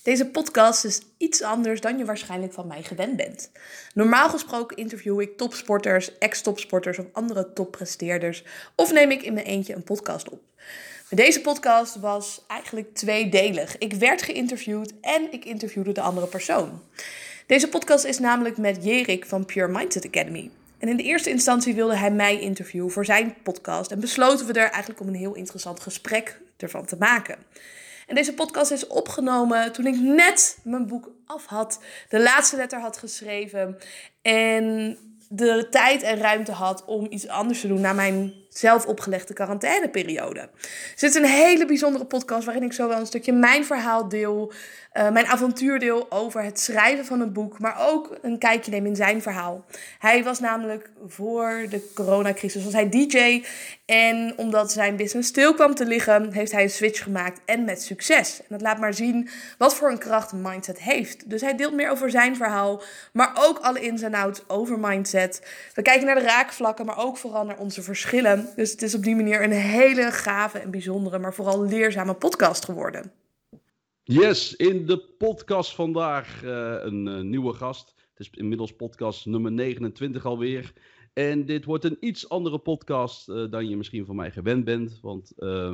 Deze podcast is iets anders dan je waarschijnlijk van mij gewend bent. Normaal gesproken interview ik topsporters, ex-topsporters of andere toppresteerders of neem ik in mijn eentje een podcast op. Maar deze podcast was eigenlijk tweedelig. Ik werd geïnterviewd en ik interviewde de andere persoon. Deze podcast is namelijk met Jerik van Pure Mindset Academy. En in de eerste instantie wilde hij mij interviewen voor zijn podcast en besloten we er eigenlijk om een heel interessant gesprek ervan te maken. En deze podcast is opgenomen toen ik net mijn boek af had, de laatste letter had geschreven en de tijd en ruimte had om iets anders te doen na mijn zelf opgelegde quarantaineperiode. Dus dit is een hele bijzondere podcast waarin ik zowel een stukje mijn verhaal deel, mijn avontuur deel over het schrijven van het boek, maar ook een kijkje neem in zijn verhaal. Hij was namelijk voor de coronacrisis was hij DJ en omdat zijn business stil kwam te liggen, heeft hij een switch gemaakt en met succes. En dat laat maar zien wat voor een kracht mindset heeft. Dus hij deelt meer over zijn verhaal, maar ook alle ins en outs over mindset. We kijken naar de raakvlakken, maar ook vooral naar onze verschillen. Dus het is op die manier een hele gave en bijzondere, maar vooral leerzame podcast geworden. Yes, in de podcast vandaag een nieuwe gast. Het is inmiddels podcast nummer 29 alweer. En dit wordt een iets andere podcast dan je misschien van mij gewend bent. Want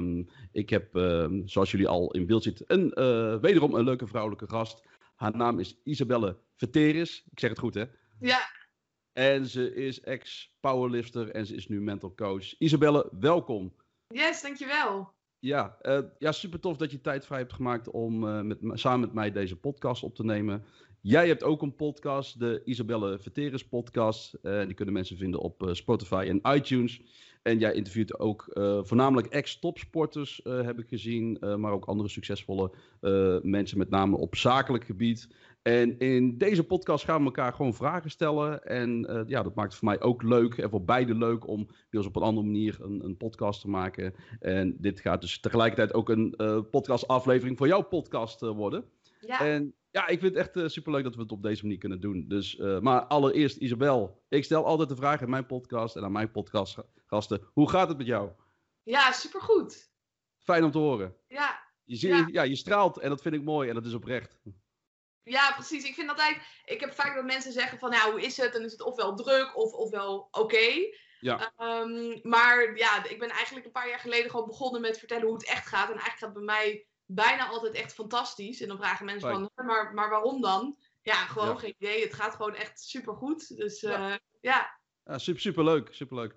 ik heb, zoals jullie al in beeld zitten, wederom een leuke vrouwelijke gast. Haar naam is Isabelle Veteris. Ik zeg het goed, hè? Ja. En ze is ex-powerlifter en ze is nu mental coach. Isabelle, welkom. Yes, dankjewel. Ja, super tof dat je tijd vrij hebt gemaakt om samen met mij deze podcast op te nemen. Jij hebt ook een podcast, de Isabelle Veteris podcast. Die kunnen mensen vinden op Spotify en iTunes. En jij interviewt ook voornamelijk ex-topsporters, heb ik gezien. Maar ook andere succesvolle mensen, met name op zakelijk gebied. En in deze podcast gaan we elkaar gewoon vragen stellen. En dat maakt het voor mij ook leuk. En voor beide leuk om weer eens op een andere manier een podcast te maken. En dit gaat dus tegelijkertijd ook een podcastaflevering voor jouw podcast worden. Ja. En ja, ik vind het echt superleuk dat we het op deze manier kunnen doen. Dus, maar allereerst Isabelle, ik stel altijd de vraag in mijn podcast en aan mijn podcastgasten. Hoe gaat het met jou? Ja, supergoed. Fijn om te horen. Ja. Je straalt en dat vind ik mooi en dat is oprecht. Ja, precies. Ik heb vaak dat mensen zeggen van, nou, hoe is het? Dan is het ofwel druk ofwel oké. Ja. Maar ja, ik ben eigenlijk een paar jaar geleden gewoon begonnen met vertellen hoe het echt gaat. En eigenlijk gaat het bij mij bijna altijd echt fantastisch. En dan vragen mensen van, maar waarom dan? Ja, gewoon geen idee. Het gaat gewoon echt supergoed. Dus ja. Ja, superleuk.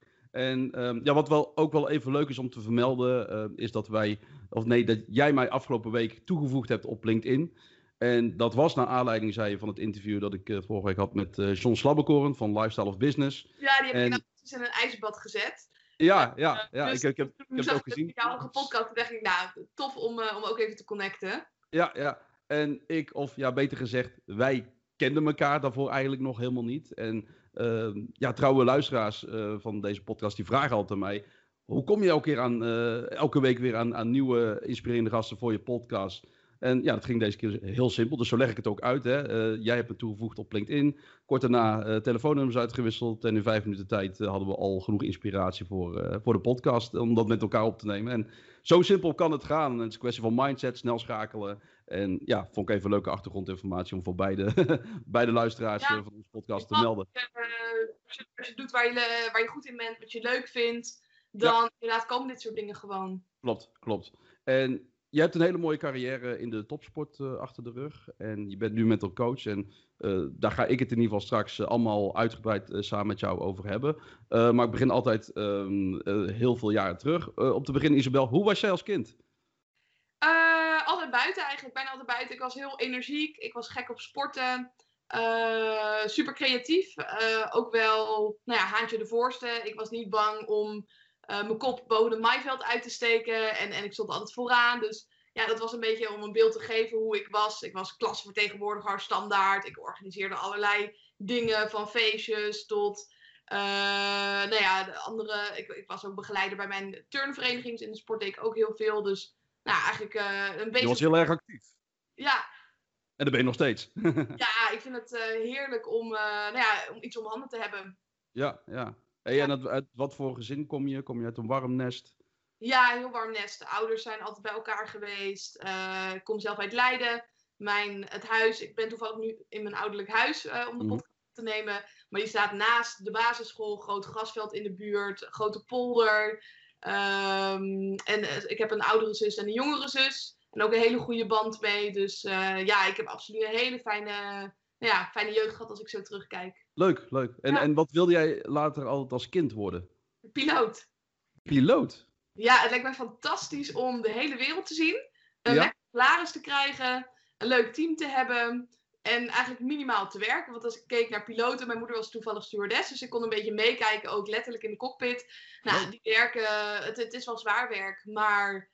En wat ook wel even leuk is om te vermelden, is dat dat jij mij afgelopen week toegevoegd hebt op LinkedIn. En dat was naar aanleiding, zei je, van het interview dat ik vorige week had met John Slabbekoren van Lifestyle of Business. Ja, die heb ik precies in een ijsbad gezet. Ja, dus ik heb het ook gezien. Ik had een podcast, toen dacht ik, nou, tof om ook even te connecten. Ja. En beter gezegd, wij kenden elkaar daarvoor eigenlijk nog helemaal niet. En trouwe luisteraars van deze podcast, die vragen altijd aan mij, hoe kom je elke week weer aan nieuwe inspirerende gasten voor je podcast? En ja, dat ging deze keer heel simpel, dus zo leg ik het ook uit. Hè. Jij hebt me toegevoegd op LinkedIn. Kort daarna telefoonnummers uitgewisseld. En in 5 minuten tijd hadden we al genoeg inspiratie voor de podcast. Om dat met elkaar op te nemen. En zo simpel kan het gaan. En het is een kwestie van mindset, snel schakelen. En ja, vond ik even leuke achtergrondinformatie om voor beide luisteraars van onze podcast te melden. Als je doet waar je goed in bent, wat je leuk vindt, dan inderdaad komen dit soort dingen gewoon. Klopt. En je hebt een hele mooie carrière in de topsport achter de rug. En je bent nu mental coach. En daar ga ik het in ieder geval straks allemaal uitgebreid samen met jou over hebben. Maar ik begin altijd heel veel jaren terug. Om te beginnen, Isabelle, hoe was jij als kind? Altijd buiten eigenlijk. Bijna altijd buiten. Ik was heel energiek. Ik was gek op sporten. Super creatief. Ook wel, haantje de voorste. Ik was niet bang om mijn kop boven het maaiveld uit te steken. En ik stond altijd vooraan. Dus ja, dat was een beetje om een beeld te geven hoe ik was. Ik was klasvertegenwoordiger, standaard. Ik organiseerde allerlei dingen, van feestjes tot de andere. Ik was ook begeleider bij mijn turnvereniging. In de sport deed ik ook heel veel. Dus eigenlijk een beetje... Je was heel erg actief. Ja. En dat ben je nog steeds. Ja, ik vind het heerlijk om iets om handen te hebben. Ja. Hey, en uit wat voor gezin kom je? Kom je uit een warm nest? Ja, heel warm nest. De ouders zijn altijd bij elkaar geweest. Ik kom zelf uit Leiden. het huis. Ik ben toevallig nu in mijn ouderlijk huis om de podcast te nemen. Maar die staat naast de basisschool, groot grasveld in de buurt, grote polder. Ik heb een oudere zus en een jongere zus. En ook een hele goede band mee. Dus ik heb absoluut een hele fijne jeugd gehad als ik zo terugkijk. Leuk. En wat wilde jij later altijd als kind worden? Piloot. Piloot? Ja, het lijkt mij fantastisch om de hele wereld te zien. Een lekker salaris te krijgen. Een leuk team te hebben. En eigenlijk minimaal te werken. Want als ik keek naar piloten, mijn moeder was toevallig stewardess. Dus ik kon een beetje meekijken, ook letterlijk in de cockpit. Nou, die werken, het is wel zwaar werk. Maar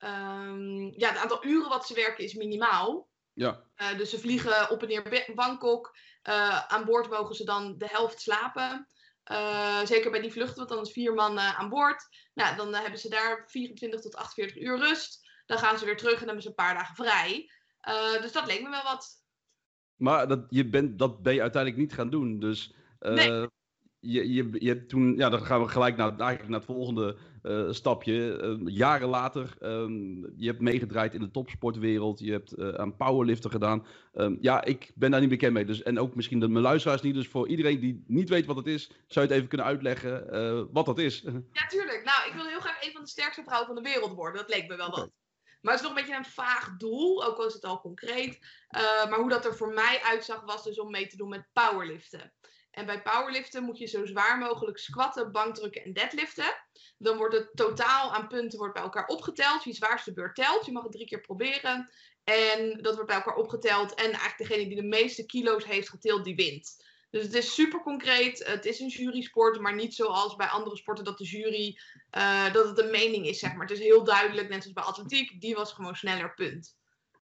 het aantal uren wat ze werken is minimaal. Ja. Dus ze vliegen op en neer Bangkok. Aan boord mogen ze dan de helft slapen. Zeker bij die vluchten, want dan is 4 man aan boord. Nou, dan hebben ze daar 24 tot 48 uur rust. Dan gaan ze weer terug en dan hebben ze een paar dagen vrij. Dus dat leek me wel wat. Maar dat ben je uiteindelijk niet gaan doen. Dus Nee. je hebt toen... Ja, dan gaan we gelijk naar het volgende stapje. Jaren later, je hebt meegedraaid in de topsportwereld. Je hebt aan powerliften gedaan. Ik ben daar niet bekend mee. Dus, en ook misschien mijn luisteraars niet. Dus voor iedereen die niet weet wat het is, zou je het even kunnen uitleggen wat dat is. Ja, tuurlijk. Nou, ik wil heel graag een van de sterkste vrouwen van de wereld worden. Dat leek me wel wat. Maar het is nog een beetje een vaag doel, ook al is het al concreet. Maar hoe dat er voor mij uitzag, was dus om mee te doen met powerliften. En bij powerliften moet je zo zwaar mogelijk squatten, bankdrukken en deadliften. Dan wordt het totaal aan punten bij elkaar opgeteld. Wie zwaarste beurt telt. Je mag het 3 keer proberen. En dat wordt bij elkaar opgeteld. En eigenlijk degene die de meeste kilo's heeft getild, die wint. Dus het is super concreet. Het is een jurysport, maar niet zoals bij andere sporten dat de jury, dat het een mening is, zeg maar. Het is heel duidelijk, net zoals bij atletiek, die was gewoon sneller, punt.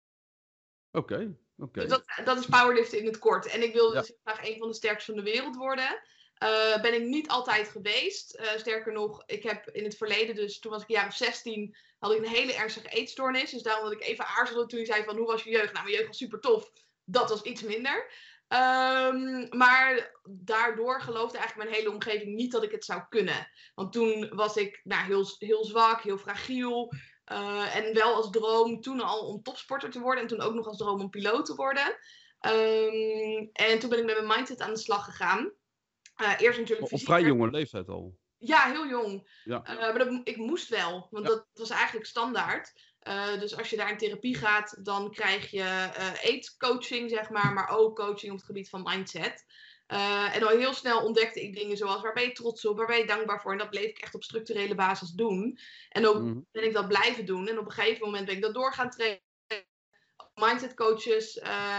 Oké. Dus dat is powerliften in het kort. En ik wilde dus graag een van de sterkste van de wereld worden. Ben ik niet altijd geweest. Sterker nog, ik heb in het verleden, dus toen was ik een jaar of 16, had ik een hele ernstige eetstoornis. Dus daarom dat ik even aarzelde toen hij zei van, hoe was je jeugd? Nou, mijn jeugd was super tof. Dat was iets minder. Maar daardoor geloofde eigenlijk mijn hele omgeving niet dat ik het zou kunnen. Want toen was ik heel zwak, heel fragiel. En wel als droom toen al om topsporter te worden. En toen ook nog als droom om piloot te worden. En toen ben ik met mijn mindset aan de slag gegaan. Eerst natuurlijk op vrij jonge leeftijd al. Ja, heel jong. Ja. Maar ik moest wel. Want dat was eigenlijk standaard. Dus als je daar in therapie gaat, dan krijg je eetcoaching, zeg maar ook coaching op het gebied van mindset. En al heel snel ontdekte ik dingen zoals, waar ben je trots op, waar ben je dankbaar voor? En dat bleef ik echt op structurele basis doen. En ook ben ik dat blijven doen. En op een gegeven moment ben ik dat door gaan trainen. Mindset coaches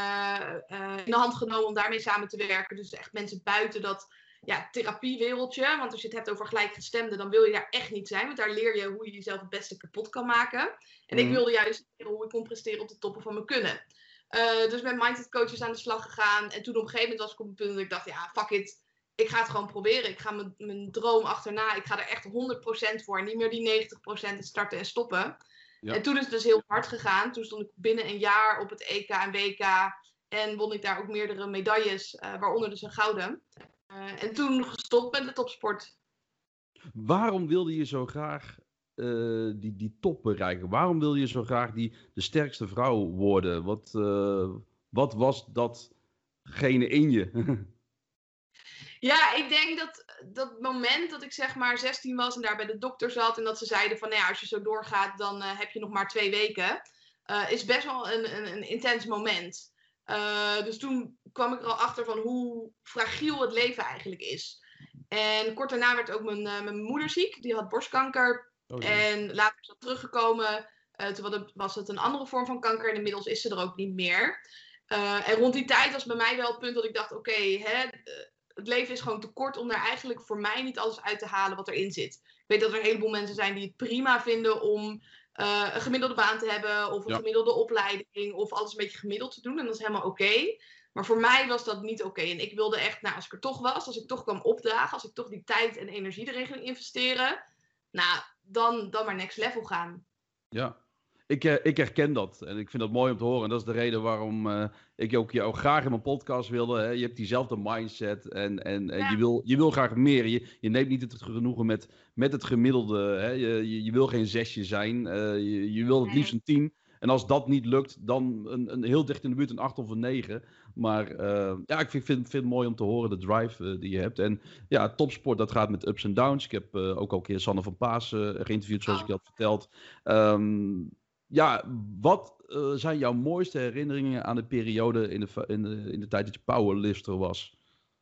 in de hand genomen om daarmee samen te werken. Dus echt mensen buiten dat therapiewereldje. Want als je het hebt over gelijkgestemden, dan wil je daar echt niet zijn. Want daar leer je hoe je jezelf het beste kapot kan maken. En ik wilde juist leren hoe ik kon presteren op de toppen van mijn kunnen. Dus met mindset coaches aan de slag gegaan. En toen op een gegeven moment was ik op een punt dat ik dacht, fuck it. Ik ga het gewoon proberen. Ik ga mijn droom achterna. Ik ga er echt 100% voor. En niet meer die 90% starten en stoppen. Ja. En toen is het dus heel hard gegaan. Toen stond ik binnen een jaar op het EK en WK. En won ik daar ook meerdere medailles. Waaronder dus een gouden. En toen gestopt met de topsport. Waarom wilde je zo graag die top bereiken? Waarom wilde je zo graag de sterkste vrouw worden? Wat was datgene in je? Ja, ik denk dat moment dat ik zeg maar 16 was en daar bij de dokter zat. En dat ze zeiden van, als je zo doorgaat, dan heb je nog maar 2 weken. Is best wel een intens moment. Dus toen kwam ik er al achter van hoe fragiel het leven eigenlijk is. En kort daarna werd ook mijn moeder ziek. Die had borstkanker. En later is dat teruggekomen. Toen was het een andere vorm van kanker. En inmiddels is ze er ook niet meer. En rond die tijd was bij mij wel het punt dat ik dacht, het leven is gewoon te kort om daar eigenlijk voor mij niet alles uit te halen wat erin zit. Ik weet dat er een heleboel mensen zijn die het prima vinden om een gemiddelde baan te hebben of een gemiddelde opleiding of alles een beetje gemiddeld te doen. En dat is helemaal oké. Maar voor mij was dat niet oké. En ik wilde echt, als ik er toch was, als ik toch kwam opdagen, als ik toch die tijd en energie erin ging investeren, dan maar next level gaan. Ja. Ik herken dat en ik vind dat mooi om te horen. En dat is de reden waarom ik ook jou graag in mijn podcast wilde. Hè. Je hebt diezelfde mindset en je wil graag meer. Je neemt niet het genoegen met het gemiddelde. Hè. Je wil geen 6 zijn. Je wil het liefst een 10. En als dat niet lukt, dan een heel dicht in de buurt een 8 of een 9. Maar ik vind het mooi om te horen, de drive die je hebt. En ja, topsport, dat gaat met ups en downs. Ik heb ook al een keer Sanne van Paas geïnterviewd, zoals ik je had verteld. Wat zijn jouw mooiste herinneringen aan de periode in de tijd dat je powerlifter was?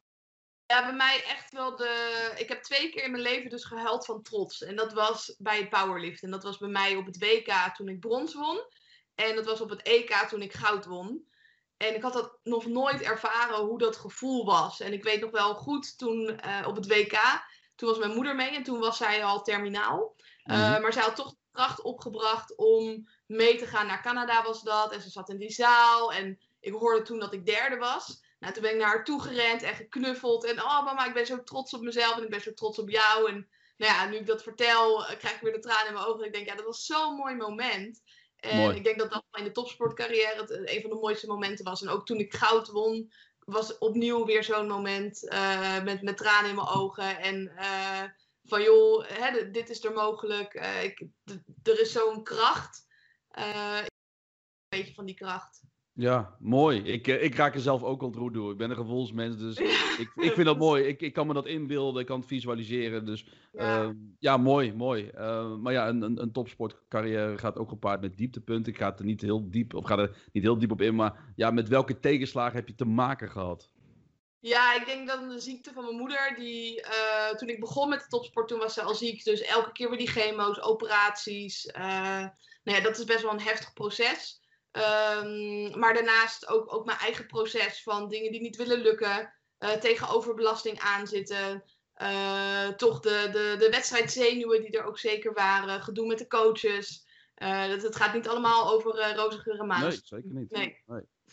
Ja, bij mij echt wel ik heb 2 keer in mijn leven dus gehuild van trots. En dat was bij het powerlift. En dat was bij mij op het WK toen ik brons won. En dat was op het EK toen ik goud won. En ik had dat nog nooit ervaren hoe dat gevoel was. En ik weet nog wel goed toen op het WK, toen was mijn moeder mee en toen was zij al terminaal. Maar zij had toch de kracht opgebracht om mee te gaan naar Canada was dat. En ze zat in die zaal en ik hoorde toen dat ik derde was. Nou, toen ben ik naar haar toe gerend en geknuffeld. En oh mama, ik ben zo trots op mezelf en ik ben zo trots op jou. En nou ja, nu ik dat vertel, krijg ik weer de tranen in mijn ogen. En ik denk, ja, dat was zo'n mooi moment. En Mooi. ik denk dat dat in de topsportcarrière een van de mooiste momenten was. En ook toen ik goud won, was opnieuw weer zo'n moment met tranen in mijn ogen. En van joh, dit is er mogelijk. Er is zo'n kracht. Een beetje van die kracht. Ja, mooi. Ik raak er zelf ook ontroerd door. Ik ben een gevoelsmens, dus ik vind dat mooi. Ik kan me dat inbeelden, ik kan het visualiseren. Dus mooi. Maar ja, een topsportcarrière gaat ook gepaard met dieptepunten. Ik ga er niet heel diep op in, maar ja, met welke tegenslagen heb je te maken gehad? Ja, ik denk dat de ziekte van mijn moeder, toen ik begon met de topsport, toen was ze al ziek. Dus elke keer weer die chemo's, operaties. Dat is best wel een heftig proces. Maar daarnaast ook mijn eigen proces van dingen die niet willen lukken. Tegen overbelasting aanzitten. Toch de wedstrijdzenuwen die er ook zeker waren. Gedoe met de coaches. Het gaat niet allemaal over roze geur en maneschijn. Nee, zeker niet. Nee.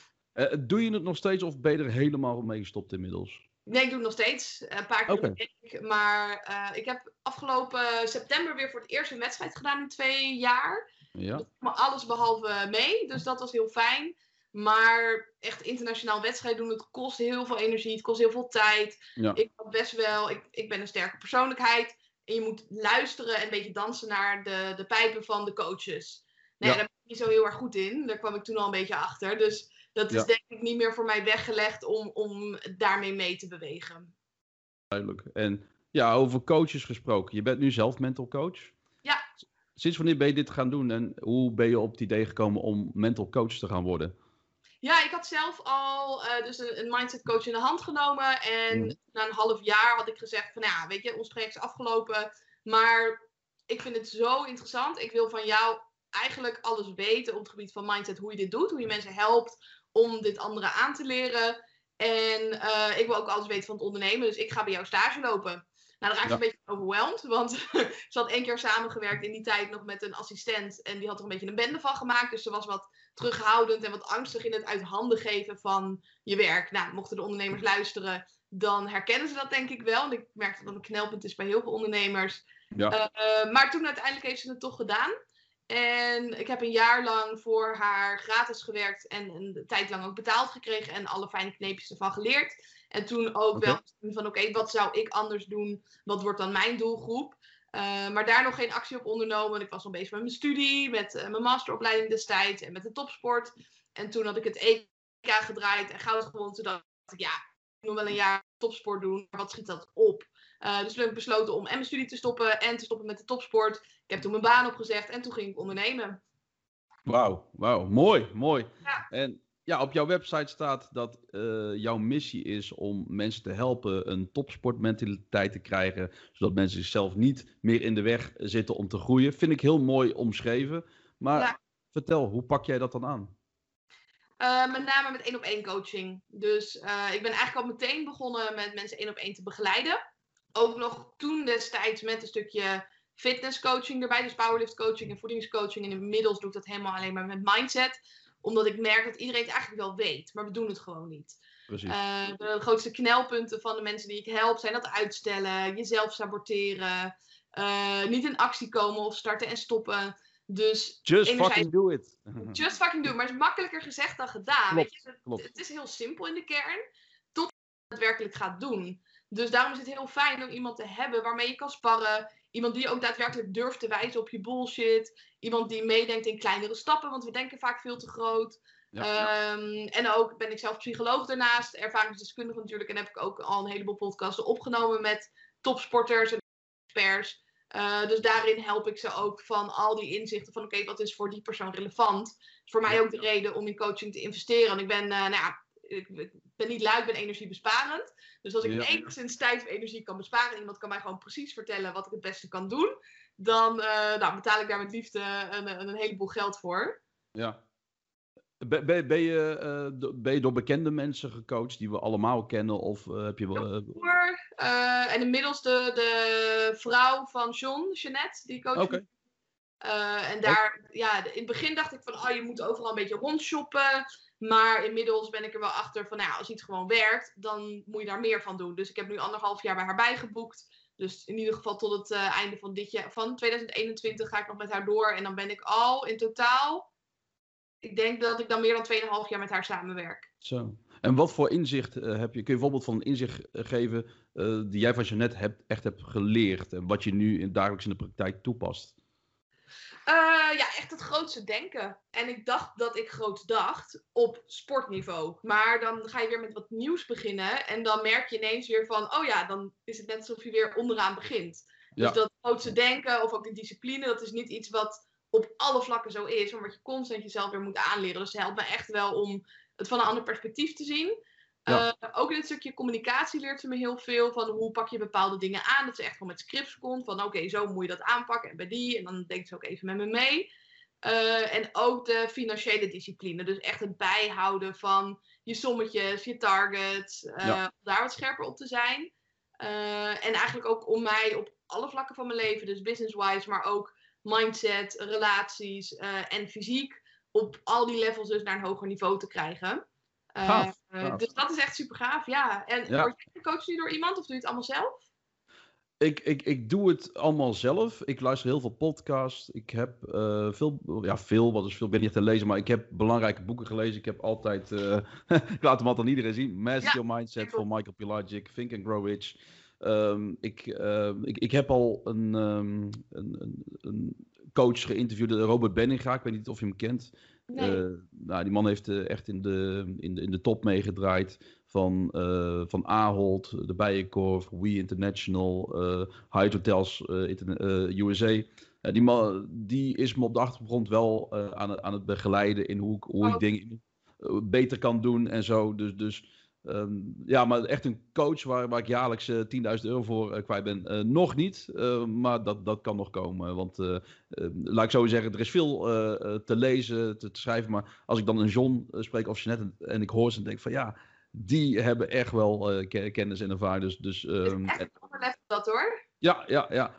Doe je het nog steeds of ben je er helemaal mee gestopt inmiddels? Nee, ik doe het nog steeds. Een paar keer per week. Maar ik heb afgelopen september weer voor het eerst een wedstrijd gedaan in 2 jaar. Ja. Maar alles behalve mee. Dus dat was heel fijn. Maar echt internationaal wedstrijd doen, het kost heel veel energie. Het kost heel veel tijd. Ja. Ik had best wel... Ik ben een sterke persoonlijkheid. En je moet luisteren en een beetje dansen naar de pijpen van de coaches. Nee, daar ben ik niet zo heel erg goed in. Daar kwam ik toen al een beetje achter. Dus dat is denk ik niet meer voor mij weggelegd om daarmee mee te bewegen. Duidelijk. En ja, over coaches gesproken. Je bent nu zelf mental coach. Ja. Sinds wanneer ben je dit gaan doen en hoe ben je op het idee gekomen om mental coach te gaan worden? Ja, ik had zelf al dus een mindset coach in de hand genomen. En na een half jaar had ik gezegd van ja, weet je, ons traject is afgelopen. Maar ik vind het zo interessant. Ik wil van jou eigenlijk alles weten op het gebied van mindset. Hoe je dit doet, hoe je mensen helpt om dit anderen aan te leren. En ik wil ook alles weten van het ondernemen. Dus ik ga bij jou stage lopen. Nou, dan raak ik een beetje overweldigd. Want ze had 1 keer samengewerkt in die tijd nog met een assistent. En die had er een beetje een bende van gemaakt. Dus ze was wat terughoudend en wat angstig in het uit handen geven van je werk. Nou, mochten de ondernemers luisteren, dan herkennen ze dat denk ik wel. En ik merk dat dat een knelpunt is bij heel veel ondernemers. Ja. Maar toen uiteindelijk heeft ze het toch gedaan. En ik heb 1 jaar lang voor haar gratis gewerkt en een tijd lang ook betaald gekregen en alle fijne kneepjes ervan geleerd. En toen ook wel van oké, wat zou ik anders doen? Wat wordt dan mijn doelgroep? Maar daar nog geen actie op ondernomen. Ik was al bezig met mijn studie, met mijn masteropleiding destijds en met de topsport. En toen had ik het EK gedraaid en goud gewonnen. Toen dacht ik, ja, ik moet nog wel 1 jaar topsport doen. Maar wat schiet dat op? Dus toen heb ik besloten om en mijn studie te stoppen en te stoppen met de topsport. Ik heb toen mijn baan opgezegd en toen ging ik ondernemen. Wauw, mooi. Ja. En ja, op jouw website staat dat jouw missie is om mensen te helpen een topsportmentaliteit te krijgen, zodat mensen zichzelf niet meer in de weg zitten om te groeien. Vind ik heel mooi omschreven. Maar vertel, hoe pak jij dat dan aan? Met name met 1-op-1 coaching. Dus ik ben eigenlijk al meteen begonnen met mensen 1-op-1 te begeleiden. Ook nog toen destijds met een stukje fitnesscoaching erbij. Dus powerlift coaching en voedingscoaching. En inmiddels doe ik dat helemaal alleen maar met mindset. Omdat ik merk dat iedereen het eigenlijk wel weet. Maar we doen het gewoon niet. Precies. De grootste knelpunten van de mensen die ik help zijn dat uitstellen. Jezelf saboteren. Niet in actie komen of starten en stoppen. Dus Just fucking do it. Just fucking do it. Maar het is makkelijker gezegd dan gedaan. Klopt, weet je? klopt. Het is heel simpel in de kern. Tot je het werkelijk gaat doen. Dus daarom is het heel fijn om iemand te hebben waarmee je kan sparren. Iemand die ook daadwerkelijk durft te wijzen op je bullshit. Iemand die meedenkt in kleinere stappen, want we denken vaak veel te groot. En ook ben ik zelf psycholoog daarnaast, ervaringsdeskundige natuurlijk. En heb ik ook al een heleboel podcasten opgenomen met topsporters en experts. Dus daarin help ik ze ook van al die inzichten van oké, wat is voor die persoon relevant. Is voor mij ook de reden om in coaching te investeren. En ik ben, ik ben niet lui, ik ben energiebesparend. Dus als ik enigszins tijd of energie kan besparen en iemand kan mij gewoon precies vertellen wat ik het beste kan doen, dan betaal ik daar met liefde een heleboel geld voor. Ja. Ben je door bekende mensen gecoacht die we allemaal kennen? Of heb je... En inmiddels de vrouw van John, Jeanette, die coach. Oké. En daar, in het begin dacht ik van, je moet overal een beetje rondshoppen. Maar inmiddels ben ik er wel achter van, als iets gewoon werkt, dan moet je daar meer van doen. Dus ik heb nu 1,5 jaar bij haar bijgeboekt. Dus in ieder geval tot het einde van dit jaar, van 2021 ga ik nog met haar door. En dan ben ik al in totaal, ik denk dat ik dan meer dan 2,5 jaar met haar samenwerk. Zo. En wat voor inzicht heb je? Kun je een voorbeeld van een inzicht geven die jij van Jeanette echt hebt geleerd en wat je nu dagelijks in de praktijk toepast? Echt het grootste denken. En ik dacht dat ik groots dacht op sportniveau. Maar dan ga je weer met wat nieuws beginnen. En dan merk je ineens weer van, dan is het net alsof je weer onderaan begint. Dus dat grootste denken of ook de discipline, dat is niet iets wat op alle vlakken zo is. Maar wat je constant jezelf weer moet aanleren. Dus het helpt me echt wel om het van een ander perspectief te zien. Ook in het stukje communicatie leert ze me heel veel van hoe pak je bepaalde dingen aan. Dat ze echt gewoon met scripts komt van oké, zo moet je dat aanpakken en bij die. En dan denkt ze ook even met me mee. En ook de financiële discipline. Dus echt het bijhouden van je sommetjes, je targets. Om daar wat scherper op te zijn. En eigenlijk ook om mij op alle vlakken van mijn leven, dus business-wise, maar ook mindset, relaties en fysiek, op al die levels dus naar een hoger niveau te krijgen. Gaaf. Dus dat is echt super gaaf, ja. En word je gecoacht nu door iemand of doe je het allemaal zelf? Ik doe het allemaal zelf. Ik luister heel veel podcasts. Ik heb wat is veel, ik ben niet te lezen, maar ik heb belangrijke boeken gelezen. Ik heb altijd, ik laat hem altijd aan iedereen zien. Master Your Mindset van Michael Pilagic, Think and Grow Rich. Ik heb al een coach geïnterviewd, Robert Benninga. Ik weet niet of je hem kent. Nee. Die man heeft echt in de top meegedraaid van Ahold, de Bijenkorf, We International, Hyatt Hotels USA. Die man die is me op de achtergrond wel aan het begeleiden in hoe ik dingen beter kan doen en zo. Maar echt een coach waar ik jaarlijks €10.000 voor kwijt ben. Nog niet, maar dat kan nog komen. Want laat ik zo zeggen, er is veel te lezen, te schrijven. Maar als ik dan een John spreek of Jeanette en ik hoor ze en denk van die hebben echt wel kennis en ervaring. Dus het is echt een ander level dat hoor. Ja.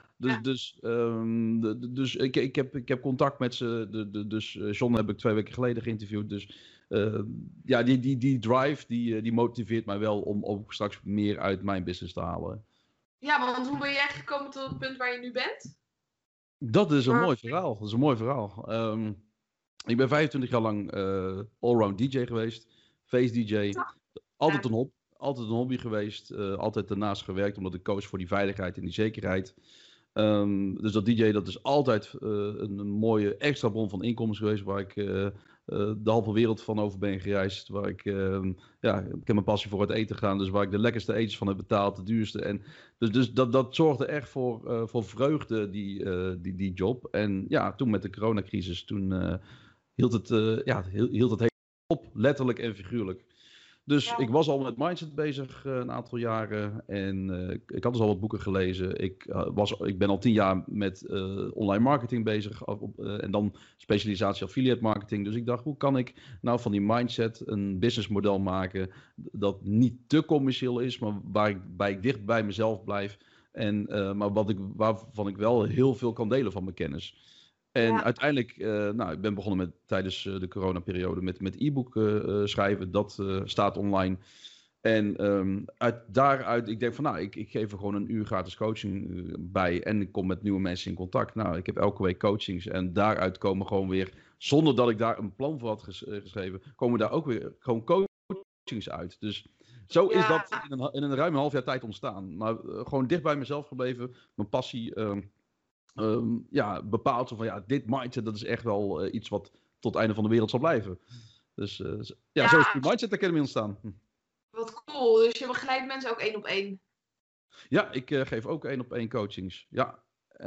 Dus ik heb contact met ze. Dus John heb ik 2 weken geleden geïnterviewd. Dus die drive die motiveert mij wel om ook straks meer uit mijn business te halen. Ja, want hoe ben jij gekomen tot het punt waar je nu bent? Dat is een mooi verhaal. Ik ben 25 jaar lang allround DJ geweest. Face DJ. Altijd een hobby geweest. Altijd daarnaast gewerkt omdat ik koos voor die veiligheid en die zekerheid. Dus dat DJ, dat is altijd een mooie extra bron van inkomens geweest, waar ik de halve wereld van over ben gereisd. Waar ik heb mijn passie voor het eten gedaan, dus waar ik de lekkerste etens van heb betaald, de duurste. En dus dat zorgde echt voor vreugde, die job. En toen met de coronacrisis, toen hield het helemaal op, letterlijk en figuurlijk. Dus ik was al met mindset bezig een aantal jaren en ik had dus al wat boeken gelezen. Ik ben al 10 jaar met online marketing bezig en dan specialisatie affiliate marketing. Dus ik dacht, hoe kan ik nou van die mindset een businessmodel maken dat niet te commercieel is, maar waarbij ik dicht bij mezelf blijf. Maar waarvan ik wel heel veel kan delen van mijn kennis. En uiteindelijk, ik ben begonnen tijdens de coronaperiode met e-book schrijven. Dat staat online. En daaruit, ik denk van, ik geef er gewoon een uur gratis coaching bij. En ik kom met nieuwe mensen in contact. Ik heb elke week coachings. En daaruit komen gewoon weer, zonder dat ik daar een plan voor had geschreven, komen daar ook weer gewoon coachings uit. Dus zo is dat in een ruim 1,5 jaar tijd ontstaan. Maar gewoon dicht bij mezelf gebleven. Mijn passie bepaalt zo van dit mindset, dat is echt wel iets wat tot het einde van de wereld zal blijven. Dus zo is die Mindset Academy ontstaan. Wat cool. Dus je begeleidt mensen ook 1-op-1. Ja, ik geef ook 1-op-1 coachings. Ja.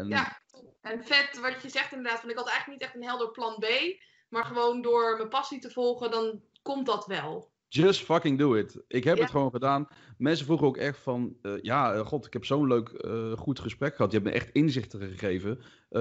En vet wat je zegt inderdaad. Van ik had eigenlijk niet echt een helder plan B. Maar gewoon door mijn passie te volgen, dan komt dat wel. Just fucking do it. Ik heb het gewoon gedaan. Mensen vroegen ook echt van... god, ik heb zo'n leuk, goed gesprek gehad. Je hebt me echt inzichten gegeven.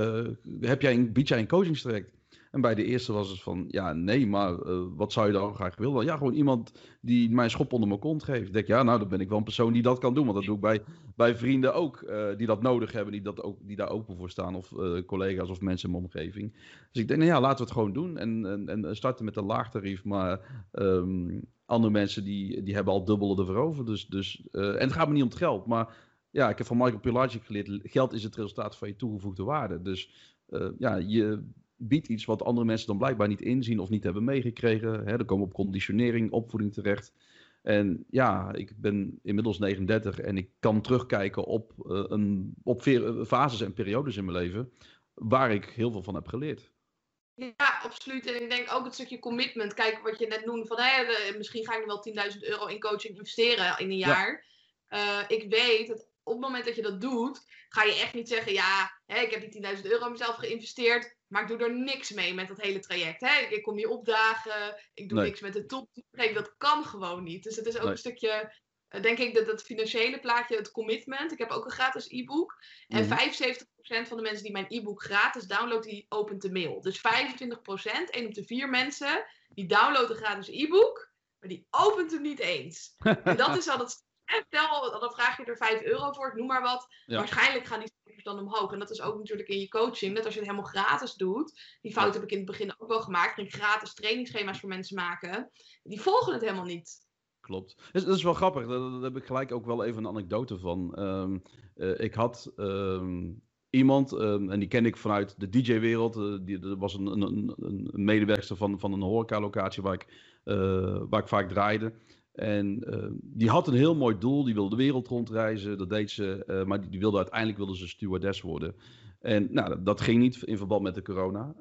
Bied jij een coachingstraject? En bij de eerste was het van... Ja, nee, maar wat zou je dan graag willen? Ja, gewoon iemand die mij een schop onder mijn kont geeft. Ik denk, dan ben ik wel een persoon die dat kan doen. Want dat doe ik bij vrienden ook. Die dat nodig hebben. Die daar open voor staan. Of collega's of mensen in mijn omgeving. Dus ik denk, laten we het gewoon doen. En starten met een laag tarief. Maar... andere mensen die hebben al dubbele ervoor over. En het gaat me niet om het geld. Maar ik heb van Michael Pilarczyk geleerd. Geld is het resultaat van je toegevoegde waarde. Dus je biedt iets wat andere mensen dan blijkbaar niet inzien of niet hebben meegekregen. Dan komen we op conditionering, opvoeding terecht. En ik ben inmiddels 39 en ik kan terugkijken op fases en periodes in mijn leven waar ik heel veel van heb geleerd. Ja, absoluut. En ik denk ook het stukje commitment. Kijk, wat je net noemde van misschien ga ik nog wel €10.000 in coaching investeren in een jaar. Ik weet dat op het moment dat je dat doet, ga je echt niet zeggen, ik heb die €10.000 in mezelf geïnvesteerd, maar ik doe er niks mee met dat hele traject. Ik kom hier opdagen, ik doe niks met de top. Dat kan gewoon niet. Dus het is ook een stukje, denk ik, dat het financiële plaatje, het commitment. Ik heb ook een gratis e-book. En 75% van de mensen die mijn e-book gratis downloaden, die opent de mail. Dus 25%, 1 op de 4 mensen, die downloaden een gratis e-book, maar die opent hem niet eens. En dat is al dat... Stel, dan vraag je er €5 voor, ik noem maar wat. Ja. Waarschijnlijk gaan die cijfers dan omhoog. En dat is ook natuurlijk in je coaching. Net als je het helemaal gratis doet. Die fout heb ik in het begin ook wel gemaakt. Ik ging gratis trainingsschema's voor mensen maken. Die volgen het helemaal niet. Klopt. Dat is wel grappig. Daar heb ik gelijk ook wel even een anekdote van. Ik had iemand, en die ken ik vanuit de DJ-wereld. Dat was een medewerkster van een horecalocatie waar ik vaak draaide. En die had een heel mooi doel. Die wilde de wereld rondreizen. Dat deed ze. Maar uiteindelijk wilde ze stewardess worden. En dat ging niet in verband met de corona.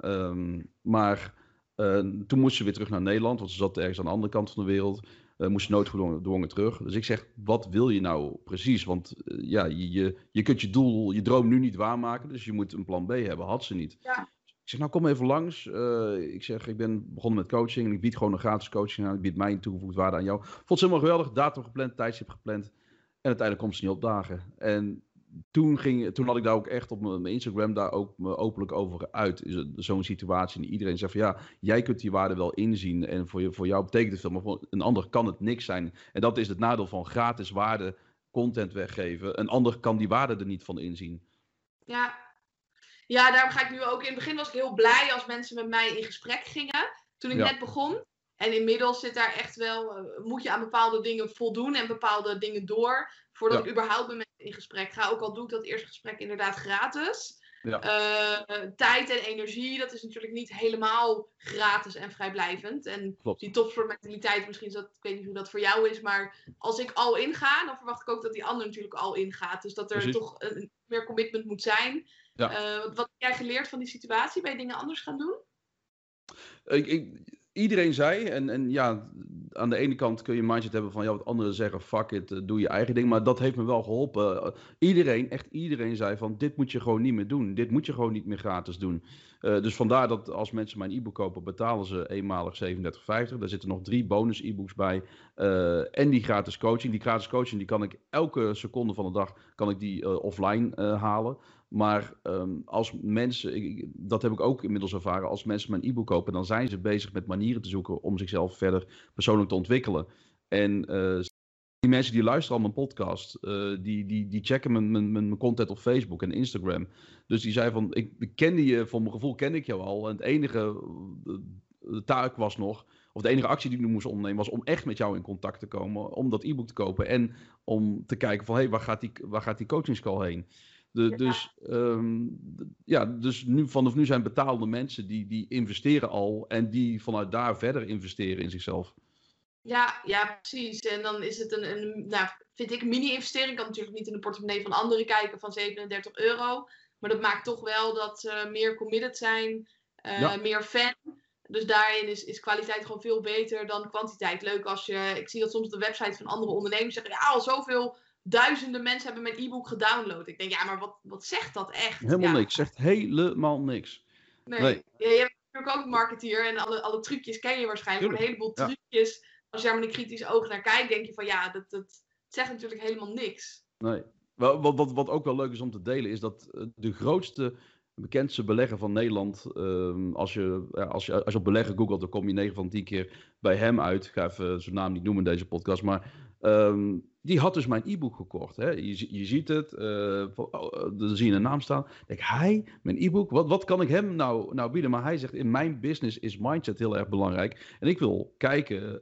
Maar toen moest ze weer terug naar Nederland. Want ze zat ergens aan de andere kant van de wereld. Moest ze noodgedwongen terug. Dus ik zeg, wat wil je nou precies? Want je kunt je droom nu niet waarmaken. Dus je moet een plan B hebben. Had ze niet. Ja. Ik zeg, kom even langs. Ik zeg, ik ben begonnen met coaching. En ik bied gewoon een gratis coaching aan. Ik bied mijn toegevoegde waarde aan jou. Vond ze helemaal geweldig. Datum gepland, tijdstip gepland. En uiteindelijk komt ze niet opdagen. En toen had ik daar ook echt op mijn Instagram daar ook me openlijk over uit. Zo'n situatie. En iedereen zegt van jij kunt die waarde wel inzien. En voor jou betekent het veel. Maar voor een ander kan het niks zijn. En dat is het nadeel van gratis waarde content weggeven. Een ander kan die waarde er niet van inzien. Ja, daarom ga ik nu ook... In het begin was ik heel blij als mensen met mij in gesprek gingen. Toen ik net begon. En inmiddels zit daar echt wel... moet je aan bepaalde dingen voldoen en bepaalde dingen door. Voordat ik überhaupt met mensen in gesprek ga. Ook al doe ik dat eerste gesprek inderdaad gratis. Ja. Tijd en energie, dat is natuurlijk niet helemaal gratis en vrijblijvend. En die topsportmentaliteit, misschien ik weet niet hoe dat voor jou is, maar als ik al inga, dan verwacht ik ook dat die ander natuurlijk al ingaat. Dus dat er toch meer commitment moet zijn. Ja. Wat heb jij geleerd van die situatie? Ben je dingen anders gaan doen? Iedereen zei, en aan de ene kant kun je een mindset hebben van wat anderen zeggen, fuck it, doe je eigen ding. Maar dat heeft me wel geholpen. Iedereen zei van, dit moet je gewoon niet meer doen. Dit moet je gewoon niet meer gratis doen. Dus vandaar dat als mensen mijn e-book kopen, betalen ze eenmalig $37,50. Daar zitten nog 3 bonus e-books bij. En die gratis coaching. Die gratis coaching die kan ik elke seconde van de dag offline halen. Maar als mensen, dat heb ik ook inmiddels ervaren, als mensen mijn e-book kopen, dan zijn ze bezig met manieren te zoeken om zichzelf verder persoonlijk te ontwikkelen. En die mensen die luisteren al mijn podcast, die checken mijn content op Facebook en Instagram. Dus die zei van, ik kende je, voor mijn gevoel kende ik jou al. En het enige taak was nog, of de enige actie die ik nu moest ondernemen, was om echt met jou in contact te komen, om dat e-book te kopen en om te kijken van, waar gaat die coachingscall heen? Dus vanaf nu zijn betaalde mensen die investeren al en die vanuit daar verder investeren in zichzelf. Ja, precies. En dan is het vind ik een mini-investering. Ik kan natuurlijk niet in de portemonnee van anderen kijken van €37. Maar dat maakt toch wel dat ze meer committed zijn, Ja. meer fan. Dus daarin is kwaliteit gewoon veel beter dan kwantiteit. Leuk als ik zie dat soms op de website van andere ondernemers zeggen, ja, al zoveel duizenden mensen hebben mijn e-book gedownload. Ik denk, ja, maar wat zegt dat echt? Helemaal Ja, niks. Zegt helemaal niks. nee. Nee. Je bent natuurlijk ook marketeer en alle trucjes ken je waarschijnlijk. Maar een heleboel Ja. trucjes, als je daar met een kritisch oog naar kijkt, denk je van ja, dat zegt natuurlijk helemaal niks. Nee. Wat ook wel leuk is om te delen, is dat de grootste, bekendste belegger van Nederland, als je op beleggen googelt, dan kom je 9 van 10 keer bij hem uit. Ik ga even zijn naam niet noemen in deze podcast, maar die had dus mijn e-book gekocht. Hè? Je ziet het, dan zie je een naam staan. Denk hij, mijn e-book, wat kan ik hem nou bieden? Maar hij zegt, in mijn business is mindset heel erg belangrijk. En ik wil kijken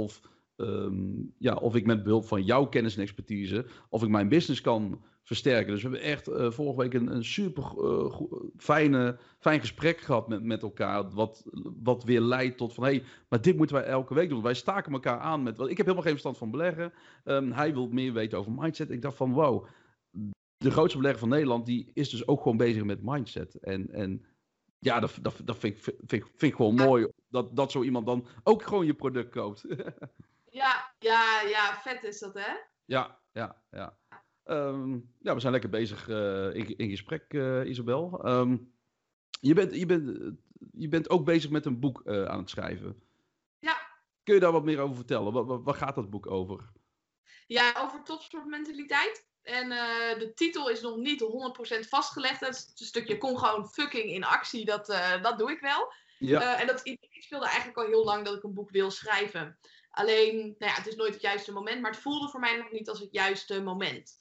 of ik met behulp van jouw kennis en expertise, of ik mijn business kan versterken. Dus we hebben echt vorige week een super fijn gesprek gehad met elkaar, wat weer leidt tot van, hé, maar dit moeten wij elke week doen. Wij staken elkaar aan met, ik heb helemaal geen verstand van beleggen. Hij wil meer weten over mindset. Ik dacht van, wow, de grootste belegger van Nederland, die is dus ook gewoon bezig met mindset. En ja, dat vind ik gewoon mooi, dat zo iemand dan ook gewoon je product koopt. Ja, vet is dat, hè? Ja. We zijn lekker bezig in gesprek, Isabel. Je bent ook bezig met een boek aan het schrijven. Ja. Kun je daar wat meer over vertellen? Waar gaat dat boek over? Ja, over topsportmentaliteit. En de titel is nog niet 100% vastgelegd. Het is een stukje kom gewoon fucking in actie. Dat doe ik wel. Ja. En dat idee speelde eigenlijk al heel lang dat ik een boek wil schrijven. Alleen, nou ja, het is nooit het juiste moment. Maar het voelde voor mij nog niet als het juiste moment.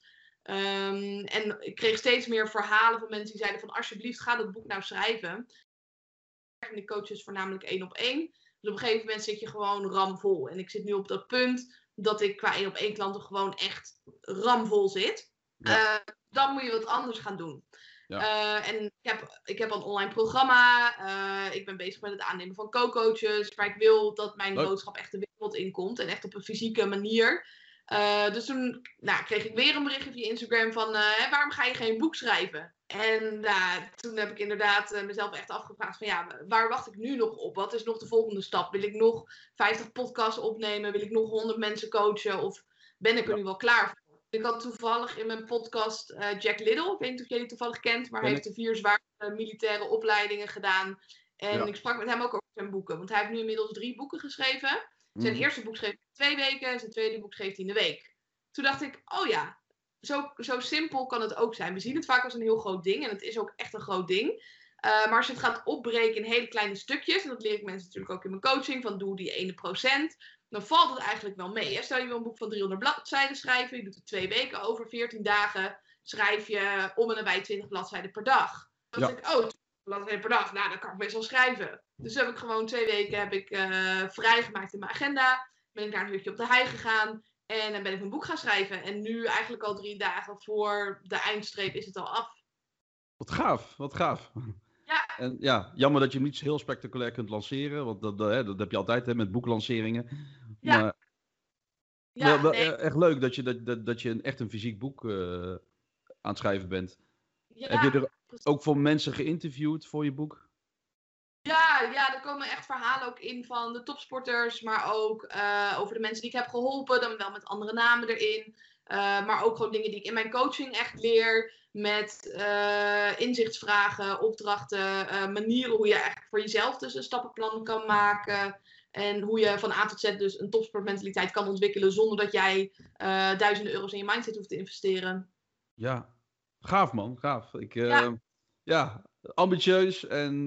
En ik kreeg steeds meer verhalen van mensen die zeiden van alsjeblieft ga dat boek nou schrijven. Ik coach dus voornamelijk 1-op-1. Dus op een gegeven moment zit je gewoon ramvol. En ik zit nu op dat punt dat ik qua 1-op-1 klanten gewoon echt ramvol zit. Ja. Dan moet je wat anders gaan doen. Ja. En ik heb een online programma. Ik ben bezig met het aannemen van co-coaches. Maar ik wil dat mijn boodschap echt de wereld inkomt. En echt op een fysieke manier. Dus toen kreeg ik weer een berichtje via Instagram van waarom ga je geen boek schrijven? En toen heb ik inderdaad mezelf echt afgevraagd van ja, waar wacht ik nu nog op? Wat is nog de volgende stap? Wil ik nog 50 podcasts opnemen? Wil ik nog 100 mensen coachen? Of ben ik er nu wel klaar voor? Ik had toevallig in mijn podcast Jack Little, ik weet niet of jij die toevallig kent, maar hij heeft de 4 zwaarste militaire opleidingen gedaan. En ik sprak met hem ook over zijn boeken, want hij heeft nu inmiddels 3 boeken geschreven. Zijn eerste boek schreef hij in 2 weken en zijn tweede boek schreef hij in een week. Toen dacht ik, oh ja, zo simpel kan het ook zijn. We zien het vaak als een heel groot ding en het is ook echt een groot ding. Maar als je het gaat opbreken in hele kleine stukjes, en dat leer ik mensen natuurlijk ook in mijn coaching, van doe die 1%, dan valt het eigenlijk wel mee. Hè? Stel je wil een boek van 300 bladzijden schrijven, je doet er 2 weken over, 14 dagen schrijf je om en nabij 20 bladzijden per dag. Dan denk ik, 20 bladzijden per dag, nou dan kan ik best wel schrijven. Dus heb ik gewoon 2 weken vrijgemaakt in mijn agenda, ben ik naar een hutje op de hei gegaan en dan ben ik een boek gaan schrijven. En nu eigenlijk al 3 dagen voor de eindstreep is het al af. Wat gaaf. Ja. En ja, jammer dat je hem niet heel spectaculair kunt lanceren, want dat heb je altijd met boeklanceringen. Ja. Maar echt leuk dat je echt een fysiek boek aan het schrijven bent. Ja, heb je er ook voor mensen geïnterviewd voor je boek? Ja, er komen echt verhalen ook in van de topsporters, maar ook over de mensen die ik heb geholpen, dan wel met andere namen erin. Maar ook gewoon dingen die ik in mijn coaching echt leer, met inzichtsvragen, opdrachten, manieren hoe je eigenlijk voor jezelf dus een stappenplan kan maken. En hoe je van A tot Z dus een topsportmentaliteit kan ontwikkelen zonder dat jij duizenden euro's in je mindset hoeft te investeren. Ja, gaaf man, gaaf. Ambitieus en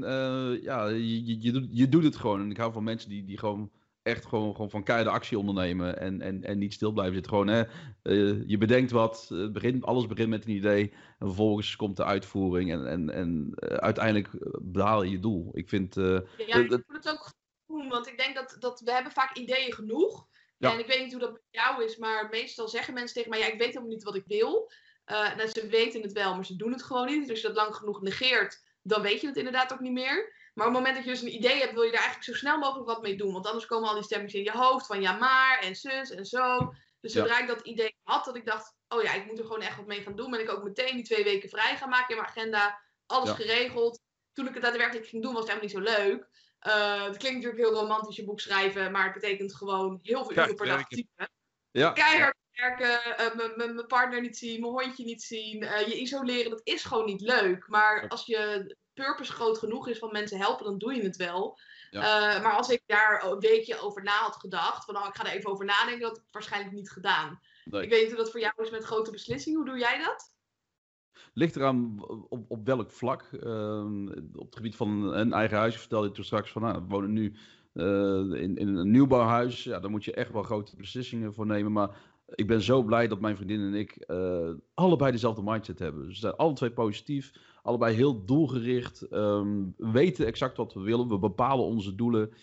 je doet het gewoon. En ik hou van mensen die gewoon echt gewoon van keiharde actie ondernemen en niet stil blijven zitten. Gewoon, je bedenkt wat, alles begint met een idee en vervolgens komt de uitvoering en uiteindelijk behaal je je doel. Ik vind... ik voel het ook goed, want ik denk dat we hebben vaak ideeën genoeg. Ja. En ik weet niet hoe dat bij jou is, maar meestal zeggen mensen tegen mij, ja, ik weet helemaal niet wat ik wil. Ze weten het wel, maar ze doen het gewoon niet. Dus als je dat lang genoeg negeert, dan weet je het inderdaad ook niet meer. Maar op het moment dat je dus een idee hebt, wil je daar eigenlijk zo snel mogelijk wat mee doen. Want anders komen al die stemmetjes in je hoofd van ja maar en zus en zo. Dus Ja. zodra ik dat idee had, dat ik dacht, oh ja, ik moet er gewoon echt wat mee gaan doen. Ben ik ook meteen die 2 weken vrij gaan maken in mijn agenda. Alles Ja. geregeld. Toen ik het daadwerkelijk ging doen, was het helemaal niet zo leuk. Het klinkt natuurlijk heel romantisch, je boek schrijven, maar het betekent gewoon heel veel uren per dag typen. Ja. Keihard werken, mijn partner niet zien, mijn hondje niet zien, je isoleren, dat is gewoon niet leuk. Maar als je purpose groot genoeg is van mensen helpen, dan doe je het wel. Ja. Maar als ik daar een weekje over na had gedacht, van ik ga er even over nadenken, dat had ik waarschijnlijk niet gedaan. Nee. Ik weet niet hoe dat voor jou is met grote beslissingen, hoe doe jij dat? Ligt eraan op welk vlak. Op het gebied van een eigen huis, vertelde je toen straks van, we wonen nu in een nieuwbouwhuis. Ja, daar moet je echt wel grote beslissingen voor nemen. Maar ik ben zo blij dat mijn vriendin en ik allebei dezelfde mindset hebben. Dus we zijn alle twee positief, allebei heel doelgericht, weten exact wat we willen. We bepalen onze doelen.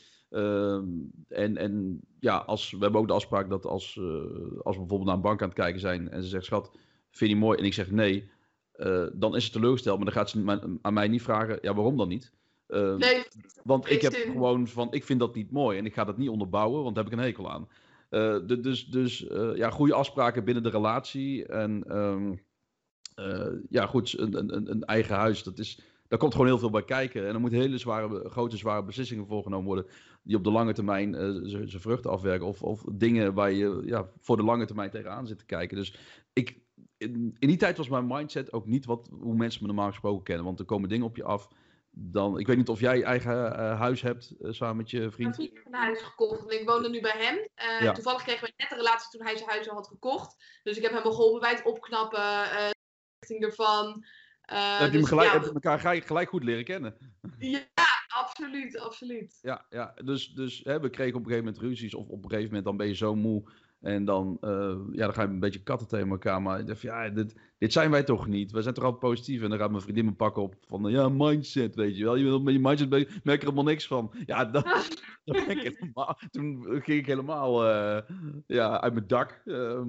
En ja, we hebben ook de afspraak dat als we bijvoorbeeld naar een bank aan het kijken zijn en ze zegt, schat, vind je die mooi? En ik zeg nee. Dan is ze teleurgesteld, maar dan gaat ze aan mij niet vragen, ja, waarom dan niet? Nee, Want ik heb gewoon van, ik vind dat niet mooi en ik ga dat niet onderbouwen, want daar heb ik een hekel aan. Ja, goede afspraken binnen de relatie en ja, goed, een eigen huis, daar komt gewoon heel veel bij kijken. En er moeten hele grote, zware beslissingen voorgenomen worden die op de lange termijn zijn vruchten afwerken of dingen waar je voor de lange termijn tegenaan zit te kijken. Dus in die tijd was mijn mindset ook niet hoe mensen me normaal gesproken kennen. Want er komen dingen op je af. Ik weet niet of jij eigen huis hebt samen met je vriend. Ik heb een huis gekocht en ik woonde nu bij hem. Ja. Toevallig kregen we net een relatie toen hij zijn huis al had gekocht. Dus ik heb hem geholpen bij het opknappen, richting ervan. Heb je elkaar gelijk goed leren kennen? Ja, absoluut, absoluut. Ja, dus we kregen op een gegeven moment ruzies. Of op een gegeven moment dan ben je zo moe. En dan ga je een beetje katten tegen elkaar. Maar ik dacht, ja, dit zijn wij toch niet. Wij zijn toch altijd positief. En dan gaat mijn vriendin me pakken op van, ja, mindset, weet je wel. Je bent met je mindset bezig, merk er helemaal niks van. Ja, toen ging ik helemaal uit mijn dak.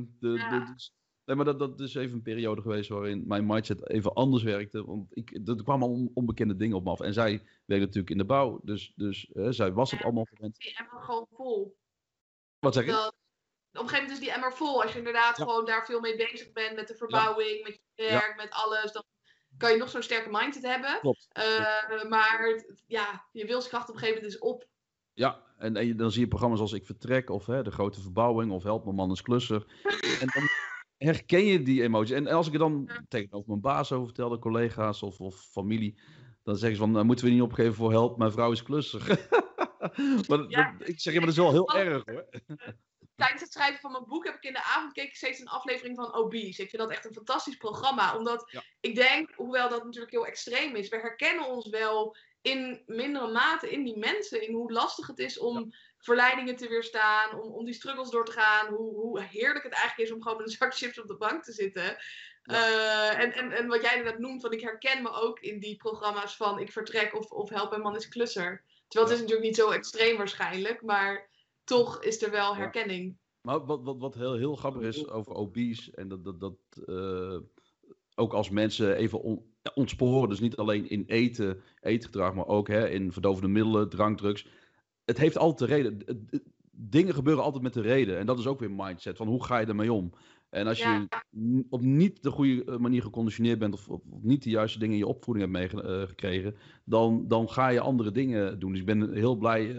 Nee, maar dat is even een periode geweest waarin mijn mindset even anders werkte. Want er kwamen al onbekende dingen op me af. En zij werkte natuurlijk in de bouw. Dus zij was het allemaal gewend. Die emmer gewoon vol. Wat zeg je? Op een gegeven moment is die emmer vol. Als je inderdaad gewoon daar veel mee bezig bent. Met de verbouwing, met je werk, met alles. Dan kan je nog zo'n sterke mindset hebben. Klopt. Maar je wilskracht op een gegeven moment is op. Ja, en dan zie je programma's als Ik Vertrek. Of De Grote Verbouwing. Of Help, mijn man is klusser. En dan herken je die emoties. En als ik er dan tegenover mijn baas over vertelde, collega's of familie, dan zeggen ze van, moeten we niet opgeven voor help, mijn vrouw is klusser. Ik zeg, maar dat is wel heel erg hoor. Tijdens het schrijven van mijn boek heb ik in de avond gekeken steeds een aflevering van Obese. Ik vind dat echt een fantastisch programma. Omdat ik denk, hoewel dat natuurlijk heel extreem is, we herkennen ons wel in mindere mate in die mensen. In hoe lastig het is om verleidingen te weerstaan, om die struggles door te gaan. Hoe heerlijk het eigenlijk is om gewoon met een zak chips op de bank te zitten. En wat jij inderdaad noemt, van ik herken me ook in die programma's van Ik Vertrek of Help, mijn man is klusser. Terwijl het is natuurlijk niet zo extreem waarschijnlijk, maar toch is er wel herkenning. Maar wat heel grappig is over obese, en dat ook als mensen even ontsporen, dus niet alleen in eetgedrag, maar ook in verdovende middelen, drank, drugs. Het heeft altijd een reden. Dingen gebeuren altijd met een reden. En dat is ook weer mindset, van hoe ga je ermee om? En als je op niet de goede manier geconditioneerd bent of niet de juiste dingen in je opvoeding hebt meegekregen, dan ga je andere dingen doen. Dus ik ben heel blij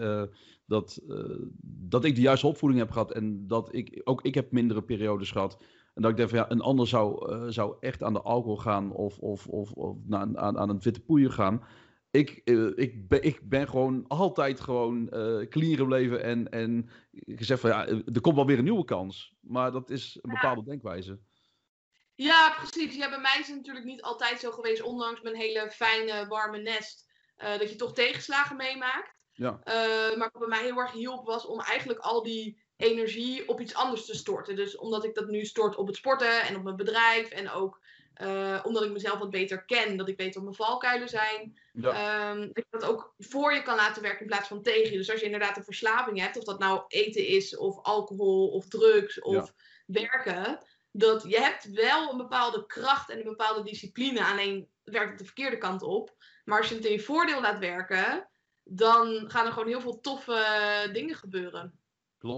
dat ik de juiste opvoeding heb gehad en dat ik heb mindere periodes gehad. En dat ik denk van een ander zou echt aan de alcohol gaan of aan een witte poeier gaan. Ik ben gewoon altijd clean gebleven en gezegd van er komt wel weer een nieuwe kans. Maar dat is een bepaalde denkwijze. Ja, precies. Ja, bij mij is het natuurlijk niet altijd zo geweest, ondanks mijn hele fijne, warme nest, dat je toch tegenslagen meemaakt. Ja. Maar wat bij mij heel erg hielp was om eigenlijk al die energie op iets anders te storten. Dus omdat ik dat nu stort op het sporten en op mijn bedrijf en ook omdat ik mezelf wat beter ken, dat ik weet wat mijn valkuilen zijn. Dat ik dat ook voor je kan laten werken in plaats van tegen je. Dus als je inderdaad een verslaving hebt, of dat nou eten is, of alcohol, of drugs, of werken, dat je hebt wel een bepaalde kracht en een bepaalde discipline, alleen werkt het de verkeerde kant op. Maar als je het in je voordeel laat werken, dan gaan er gewoon heel veel toffe dingen gebeuren. Klopt.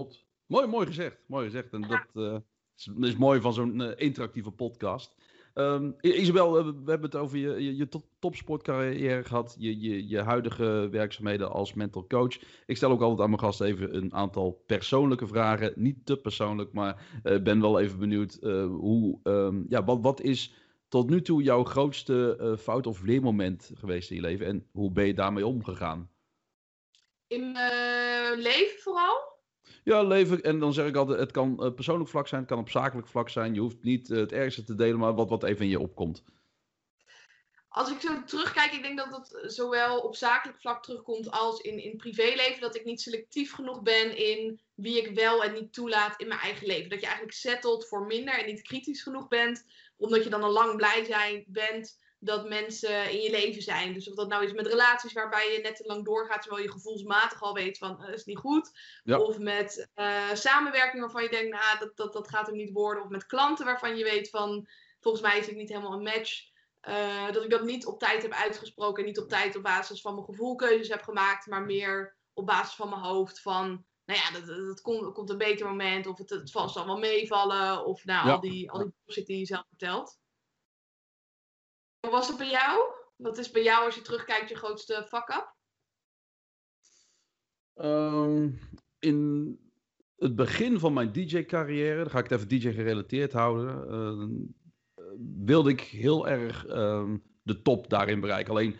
Mooi gezegd. Mooi gezegd. En dat is mooi van zo'n interactieve podcast. Isabel, we hebben het over je topsportcarrière gehad. Je huidige werkzaamheden als mental coach. Ik stel ook altijd aan mijn gasten even een aantal persoonlijke vragen. Niet te persoonlijk, maar ben wel even benieuwd. Wat is tot nu toe jouw grootste fout of leermoment geweest in je leven? En hoe ben je daarmee omgegaan? In mijn leven vooral? Ja, leven. En dan zeg ik altijd, het kan persoonlijk vlak zijn, het kan op zakelijk vlak zijn. Je hoeft niet het ergste te delen, maar wat even in je opkomt. Als ik zo terugkijk, ik denk dat het zowel op zakelijk vlak terugkomt als in privéleven. Dat ik niet selectief genoeg ben in wie ik wel en niet toelaat in mijn eigen leven. Dat je eigenlijk settelt voor minder en niet kritisch genoeg bent. Omdat je dan al lang blij bent dat mensen in je leven zijn. Dus of dat nou is met relaties waarbij je net te lang doorgaat, terwijl je gevoelsmatig al weet van dat is niet goed. Ja. Of met samenwerking waarvan je denkt, nou, dat gaat hem niet worden. Of met klanten waarvan je weet van, volgens mij is het niet helemaal een match. Dat ik dat niet op tijd heb uitgesproken. En niet op tijd op basis van mijn gevoel keuzes heb gemaakt. Maar meer op basis van mijn hoofd. Van, nou ja, dat komt een beter moment. Of het zal wel meevallen. Of nou, al die bullshit die je zelf vertelt. Hoe was het bij jou? Wat is bij jou, als je terugkijkt, je grootste fuck-up? In het begin van mijn DJ-carrière, dan ga ik het even DJ-gerelateerd houden, wilde ik heel erg de top daarin bereiken. Alleen,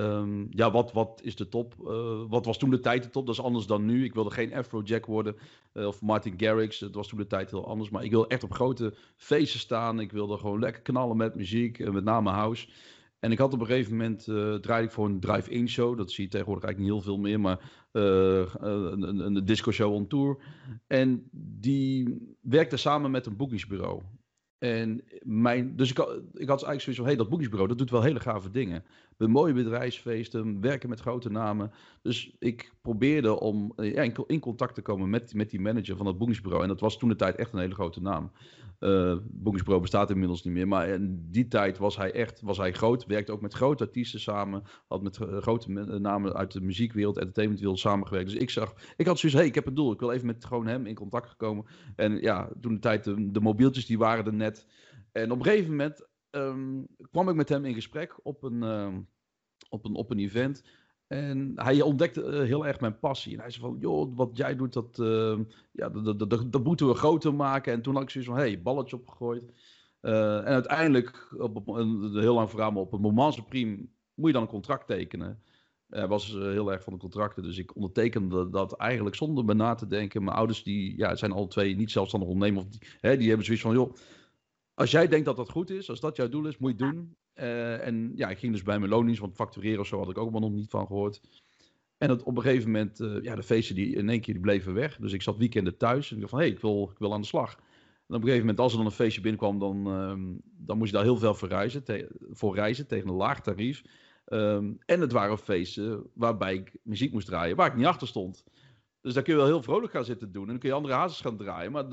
wat is de top? Wat was toen de tijd de top? Dat is anders dan nu. Ik wilde geen Afrojack worden of Martin Garrix. Het was toen de tijd heel anders. Maar ik wilde echt op grote feesten staan. Ik wilde gewoon lekker knallen met muziek, met name house. En ik had op een gegeven moment, draaide ik voor een drive-in show. Dat zie je tegenwoordig eigenlijk niet heel veel meer, maar een disco show on tour. En die werkte samen met een boekingsbureau. Dus ik had eigenlijk zoiets van, hey, dat boekingsbureau, dat doet wel hele gave dingen. Met mooie bedrijfsfeesten, werken met grote namen. Dus ik probeerde om in contact te komen met die manager van dat boekingsbureau. En dat was toen de tijd echt een hele grote naam. Boekingsbureau bestaat inmiddels niet meer. Maar in die tijd was hij groot. Werkte ook met grote artiesten samen. Had met grote namen uit de muziekwereld, entertainmentwereld samengewerkt. Dus ik had zoiets, hey, ik heb een doel. Ik wil even met gewoon hem in contact gekomen. En ja, toen de tijd, de mobieltjes die waren er net. En op een gegeven moment kwam ik met hem in gesprek op een event. En hij ontdekte heel erg mijn passie. En hij zei van, joh, wat jij doet, dat moeten we groter maken. En toen had ik zoiets van, hey, balletje opgegooid. En uiteindelijk, op een heel lang verhaal, maar op een moment supreme moet je dan een contract tekenen. Hij was heel erg van de contracten, dus ik ondertekende dat eigenlijk zonder me na te denken. Mijn ouders zijn alle twee niet zelfstandig ondernemer. Die hebben zoiets van, joh, als jij denkt dat dat goed is, als dat jouw doel is, moet je het doen. Ik ging dus bij mijn loondienst, want factureren of zo had ik ook nog niet van gehoord. En op een gegeven moment, de feesten in één keer die bleven weg. Dus ik zat weekenden thuis en ik dacht van, hey, ik wil aan de slag. En op een gegeven moment, als er dan een feestje binnenkwam, dan moest je daar heel veel voor reizen tegen een laag tarief. En het waren feesten waarbij ik muziek moest draaien, waar ik niet achter stond. Dus daar kun je wel heel vrolijk gaan zitten doen. En dan kun je andere hazes gaan draaien. Maar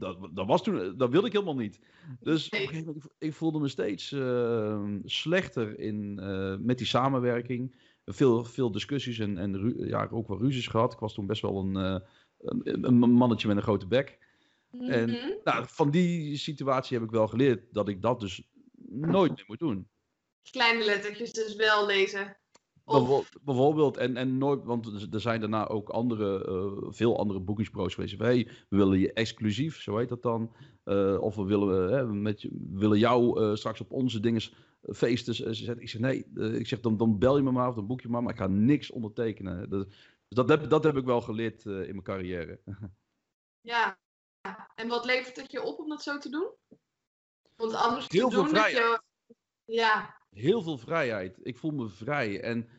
dat wilde ik helemaal niet. Dus op een gegeven moment, ik voelde me steeds slechter met die samenwerking. Veel discussies en ook wel ruzies gehad. Ik was toen best wel een mannetje met een grote bek. Mm-hmm. En van die situatie heb ik wel geleerd dat ik dat dus nooit meer moet doen. Kleine lettertjes dus wel lezen. Bijvoorbeeld, en nooit, want er zijn daarna ook veel andere boekingsbureaus geweest. Hey, we willen je exclusief, zo heet dat dan. Of we willen jou straks op onze dingen feesten zetten. Ik zeg nee, dan bel je me maar of dan boek je maar ik ga niks ondertekenen. Dus dat heb ik wel geleerd in mijn carrière. Ja, en wat levert het je op om dat zo te doen? Want anders heel veel vrijheid. Ja. Heel veel vrijheid. Ik voel me vrij. En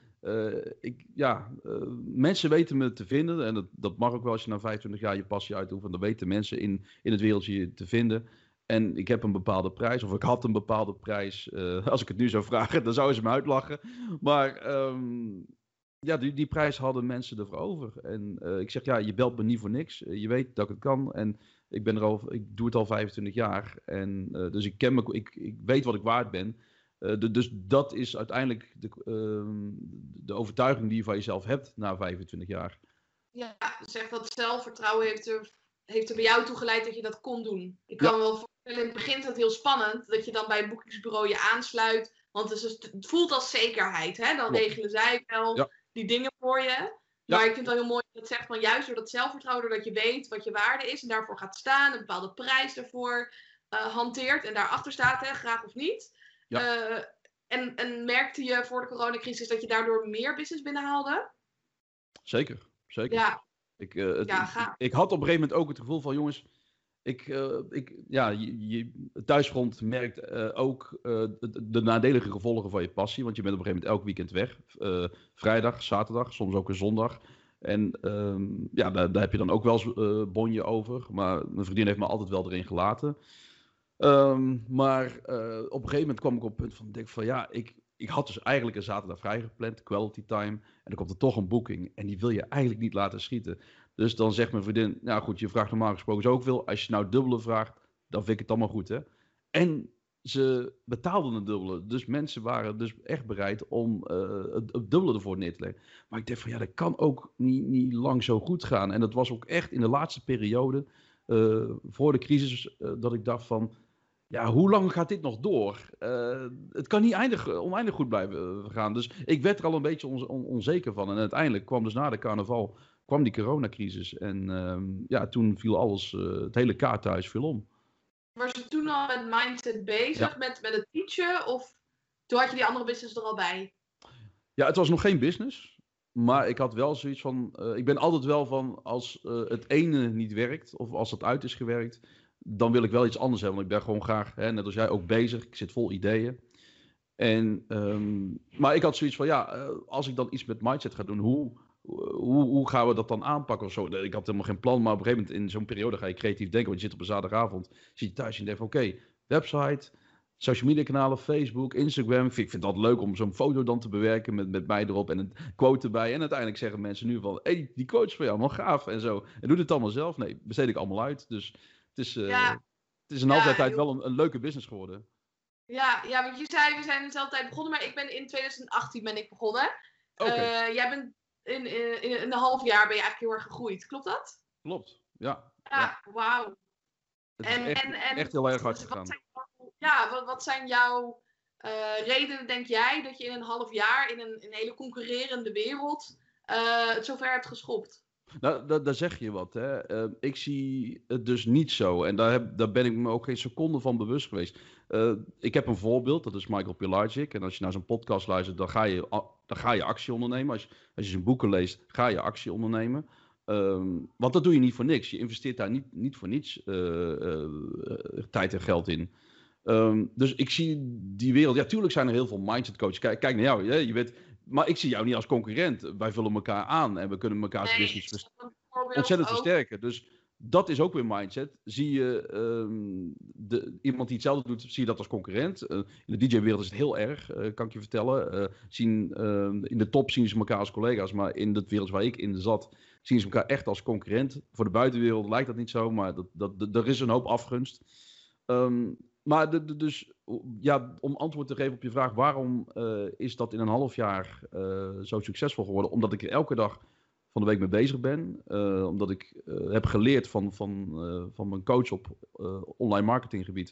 mensen weten me te vinden. En dat mag ook wel als je na 25 jaar je passie uitoefent. Dan weten mensen in het wereldje je te vinden. En ik heb een bepaalde prijs. Of ik had een bepaalde prijs. Als ik het nu zou vragen, dan zouden ze me uitlachen. Maar die prijs hadden mensen ervoor over. En ik zeg, je belt me niet voor niks. Je weet dat ik het kan. En ik doe het al 25 jaar. En dus ik weet wat ik waard ben. Dus dat is uiteindelijk de overtuiging die je van jezelf hebt na 25 jaar. Ja, zeg dat zelfvertrouwen heeft heeft er bij jou toe geleid dat je dat kon doen? Ik kan me wel voorstellen, in het begin is het heel spannend dat je dan bij het boekingsbureau je aansluit. Want het voelt als zekerheid. Hè? Dan regelen zij wel die dingen voor je. Maar ik vind het wel heel mooi dat je dat zegt, van juist door dat zelfvertrouwen, doordat je weet wat je waarde is en daarvoor gaat staan, een bepaalde prijs ervoor hanteert en daarachter staat, hè, graag of niet. Ja. En merkte je voor de coronacrisis dat je daardoor meer business binnenhaalde? Zeker. Ja. Ik had op een gegeven moment ook het gevoel van, jongens, thuisfront merkt ook de nadelige gevolgen van je passie. Want je bent op een gegeven moment elk weekend weg. Vrijdag, zaterdag, soms ook een zondag. En daar heb je dan ook wel eens bonje over. Maar mijn vriendin heeft me altijd wel erin gelaten. Maar op een gegeven moment kwam ik op het punt van, ik had dus eigenlijk een zaterdag vrij gepland, quality time. En dan komt er toch een boeking. En die wil je eigenlijk niet laten schieten. Dus dan zegt mijn vriendin, nou goed, je vraagt normaal gesproken zo ook veel. Als je nou dubbele vraagt, dan vind ik het allemaal goed, hè. En ze betaalden het dubbele. Dus mensen waren dus echt bereid om het dubbele ervoor neer te leggen. Maar ik dacht van, dat kan ook niet lang zo goed gaan. En dat was ook echt in de laatste periode, voor de crisis, dat ik dacht van, hoe lang gaat dit nog door? Het kan niet oneindig goed blijven gaan. Dus ik werd er al een beetje onzeker van. En uiteindelijk kwam dus na de carnaval die coronacrisis. En toen viel alles, het hele kaarthuis viel om. Was je toen al met mindset bezig, met het teachen? Of toen had je die andere business er al bij? Ja, het was nog geen business. Maar ik had wel zoiets van, ik ben altijd wel van, als het ene niet werkt, of als het uit is gewerkt, dan wil ik wel iets anders hebben. Want ik ben gewoon graag, net als jij, ook bezig. Ik zit vol ideeën. Maar ik had zoiets van, als ik dan iets met mindset ga doen, hoe gaan we dat dan aanpakken of zo? Ik had helemaal geen plan, maar op een gegeven moment in zo'n periode ga je creatief denken. Want je zit op een zaterdagavond, zit je thuis en je denkt van, oké, website, social media kanalen, Facebook, Instagram. Ik vind dat leuk om zo'n foto dan te bewerken met mij erop en een quote erbij. En uiteindelijk zeggen mensen nu van, hey, die quote is van jou, man, gaaf en zo. En doe het allemaal zelf? Nee, besteed ik allemaal uit. Dus het is een halve tijd wel een leuke business geworden. Ja, want je zei, we zijn in dezelfde tijd begonnen, maar ik ben in 2018 begonnen. Okay. Jij bent in een half jaar ben je eigenlijk heel erg gegroeid. Klopt dat? Klopt, ja. Ja, wauw. Het is echt heel erg hard gegaan. Wat zijn jouw redenen, denk jij, dat je in een half jaar in een hele concurrerende wereld het zover hebt geschopt? Nou, daar zeg je wat, hè. Ik zie het dus niet zo. En daar ben ik me ook geen seconde van bewust geweest. Ik heb een voorbeeld, dat is Michael Pilarczyk. En als je naar zijn podcast luistert, dan ga je actie ondernemen. Als je zijn boeken leest, ga je actie ondernemen. Want dat doe je niet voor niks. Je investeert daar niet voor niets tijd en geld in. Dus ik zie die wereld. Ja, tuurlijk zijn er heel veel mindset coaches. Kijk naar jou. Je weet, maar ik zie jou niet als concurrent. Wij vullen elkaar aan en we kunnen elkaars business ontzettend versterken. Dus dat is ook weer mindset. Zie je iemand die hetzelfde doet, zie je dat als concurrent. In de DJ-wereld is het heel erg, kan ik je vertellen. In de top zien ze elkaar als collega's, maar in de wereld waar ik in zat, zien ze elkaar echt als concurrent. Voor de buitenwereld lijkt dat niet zo, maar er is een hoop afgunst. Maar dus, om antwoord te geven op je vraag, waarom is dat in een half jaar zo succesvol geworden? Omdat ik er elke dag van de week mee bezig ben. Omdat ik heb geleerd van mijn coach op online marketinggebied.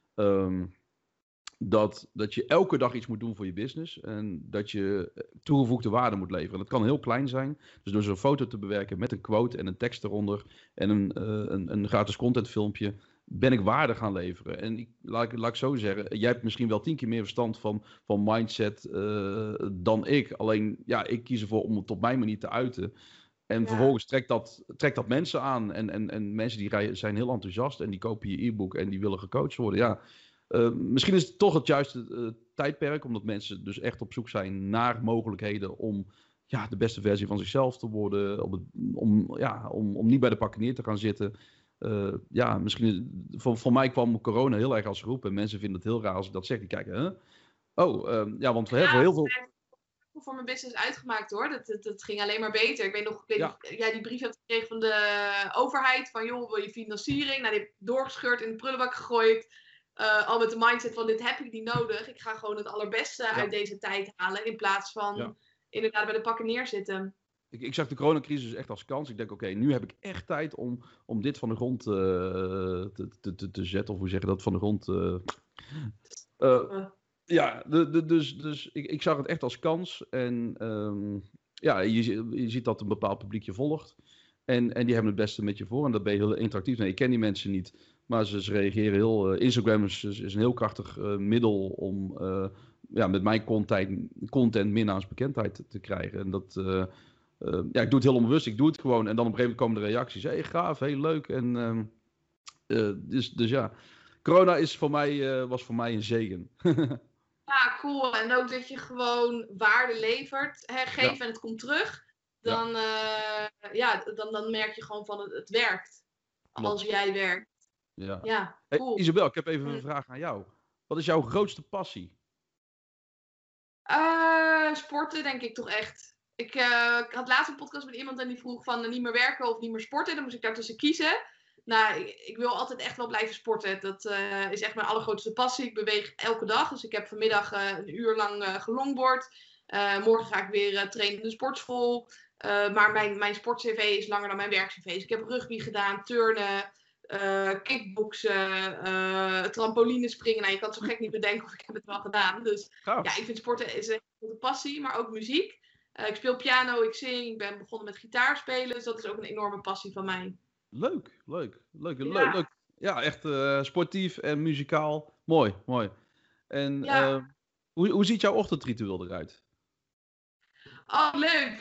Dat je elke dag iets moet doen voor je business. En dat je toegevoegde waarde moet leveren. Dat kan heel klein zijn. Dus door zo'n foto te bewerken met een quote en een tekst eronder. En een gratis content filmpje. Ben ik waarde gaan leveren. En laat ik zo zeggen. Jij hebt misschien wel 10 keer meer verstand van mindset dan ik. Alleen, ik kies ervoor om het op mijn manier te uiten. En vervolgens trekt dat mensen aan. En mensen die zijn heel enthousiast. En die kopen je e-book en die willen gecoacht worden. Ja. Misschien is het toch het juiste tijdperk. Omdat mensen dus echt op zoek zijn naar mogelijkheden om de beste versie van zichzelf te worden. Om niet bij de pakken neer te gaan zitten. Misschien voor mij kwam corona heel erg als roep. En mensen vinden het heel raar als ik dat zeg. Die kijken, huh? Want we hebben heel veel... voor mijn business uitgemaakt hoor. Dat ging alleen maar beter. Ik weet nog, jij die brief hebt gekregen van de overheid. Van joh, wil je financiering? Nou, die heb ik doorgescheurd in de prullenbak gegooid. Al met de mindset van dit heb ik niet nodig. Ik ga gewoon het allerbeste uit deze tijd halen. In plaats van inderdaad bij de pakken neerzitten. Ik zag de coronacrisis echt als kans. Ik denk, oké, nu heb ik echt tijd om dit van de grond te zetten. Of hoe zeg je dat? Van de grond... ja, dus ik zag het echt als kans. En ja, je ziet dat een bepaald publiek je volgt. En die hebben het beste met je voor. En daar ben je heel interactief. Nee, ik ken die mensen niet. Maar ze reageren heel... Instagram is een heel krachtig middel om met mijn content meer naamsbekendheid te krijgen. En dat... ja, ik doe het heel onbewust. Ik doe het gewoon. En dan op een gegeven moment komen de reacties. Hey, gaaf, heel leuk. En dus ja, corona was voor mij een zegen. Ja, cool. En ook dat je gewoon waarde levert, geeft en het komt terug. Dan, dan merk je gewoon van het werkt. Klopt. Als jij werkt. Ja, cool. Hey, Isabel, ik heb even een vraag aan jou. Wat is jouw grootste passie? Sporten denk ik toch echt. Ik had laatst een podcast met iemand en die vroeg van niet meer werken of niet meer sporten. Dan moest ik daartussen kiezen. Nou, ik wil altijd echt wel blijven sporten. Dat is echt mijn allergrootste passie. Ik beweeg elke dag. Dus ik heb vanmiddag een uur lang gelongboard. Morgen ga ik weer trainen in de sportschool. Maar mijn sport-cv is langer dan mijn werk-cv. Dus ik heb rugby gedaan, turnen, kickboksen, trampolinespringen. Nou, je kan het zo gek niet bedenken of ik heb het wel gedaan. Dus ja, ik vind sporten is een passie, maar ook muziek. Ik speel piano, ik zing, ik ben begonnen met gitaarspelen. Dus dat is ook een enorme passie van mij. Leuk. Ja, echt sportief en muzikaal. Mooi. En hoe ziet jouw ochtendritueel eruit? Oh, leuk.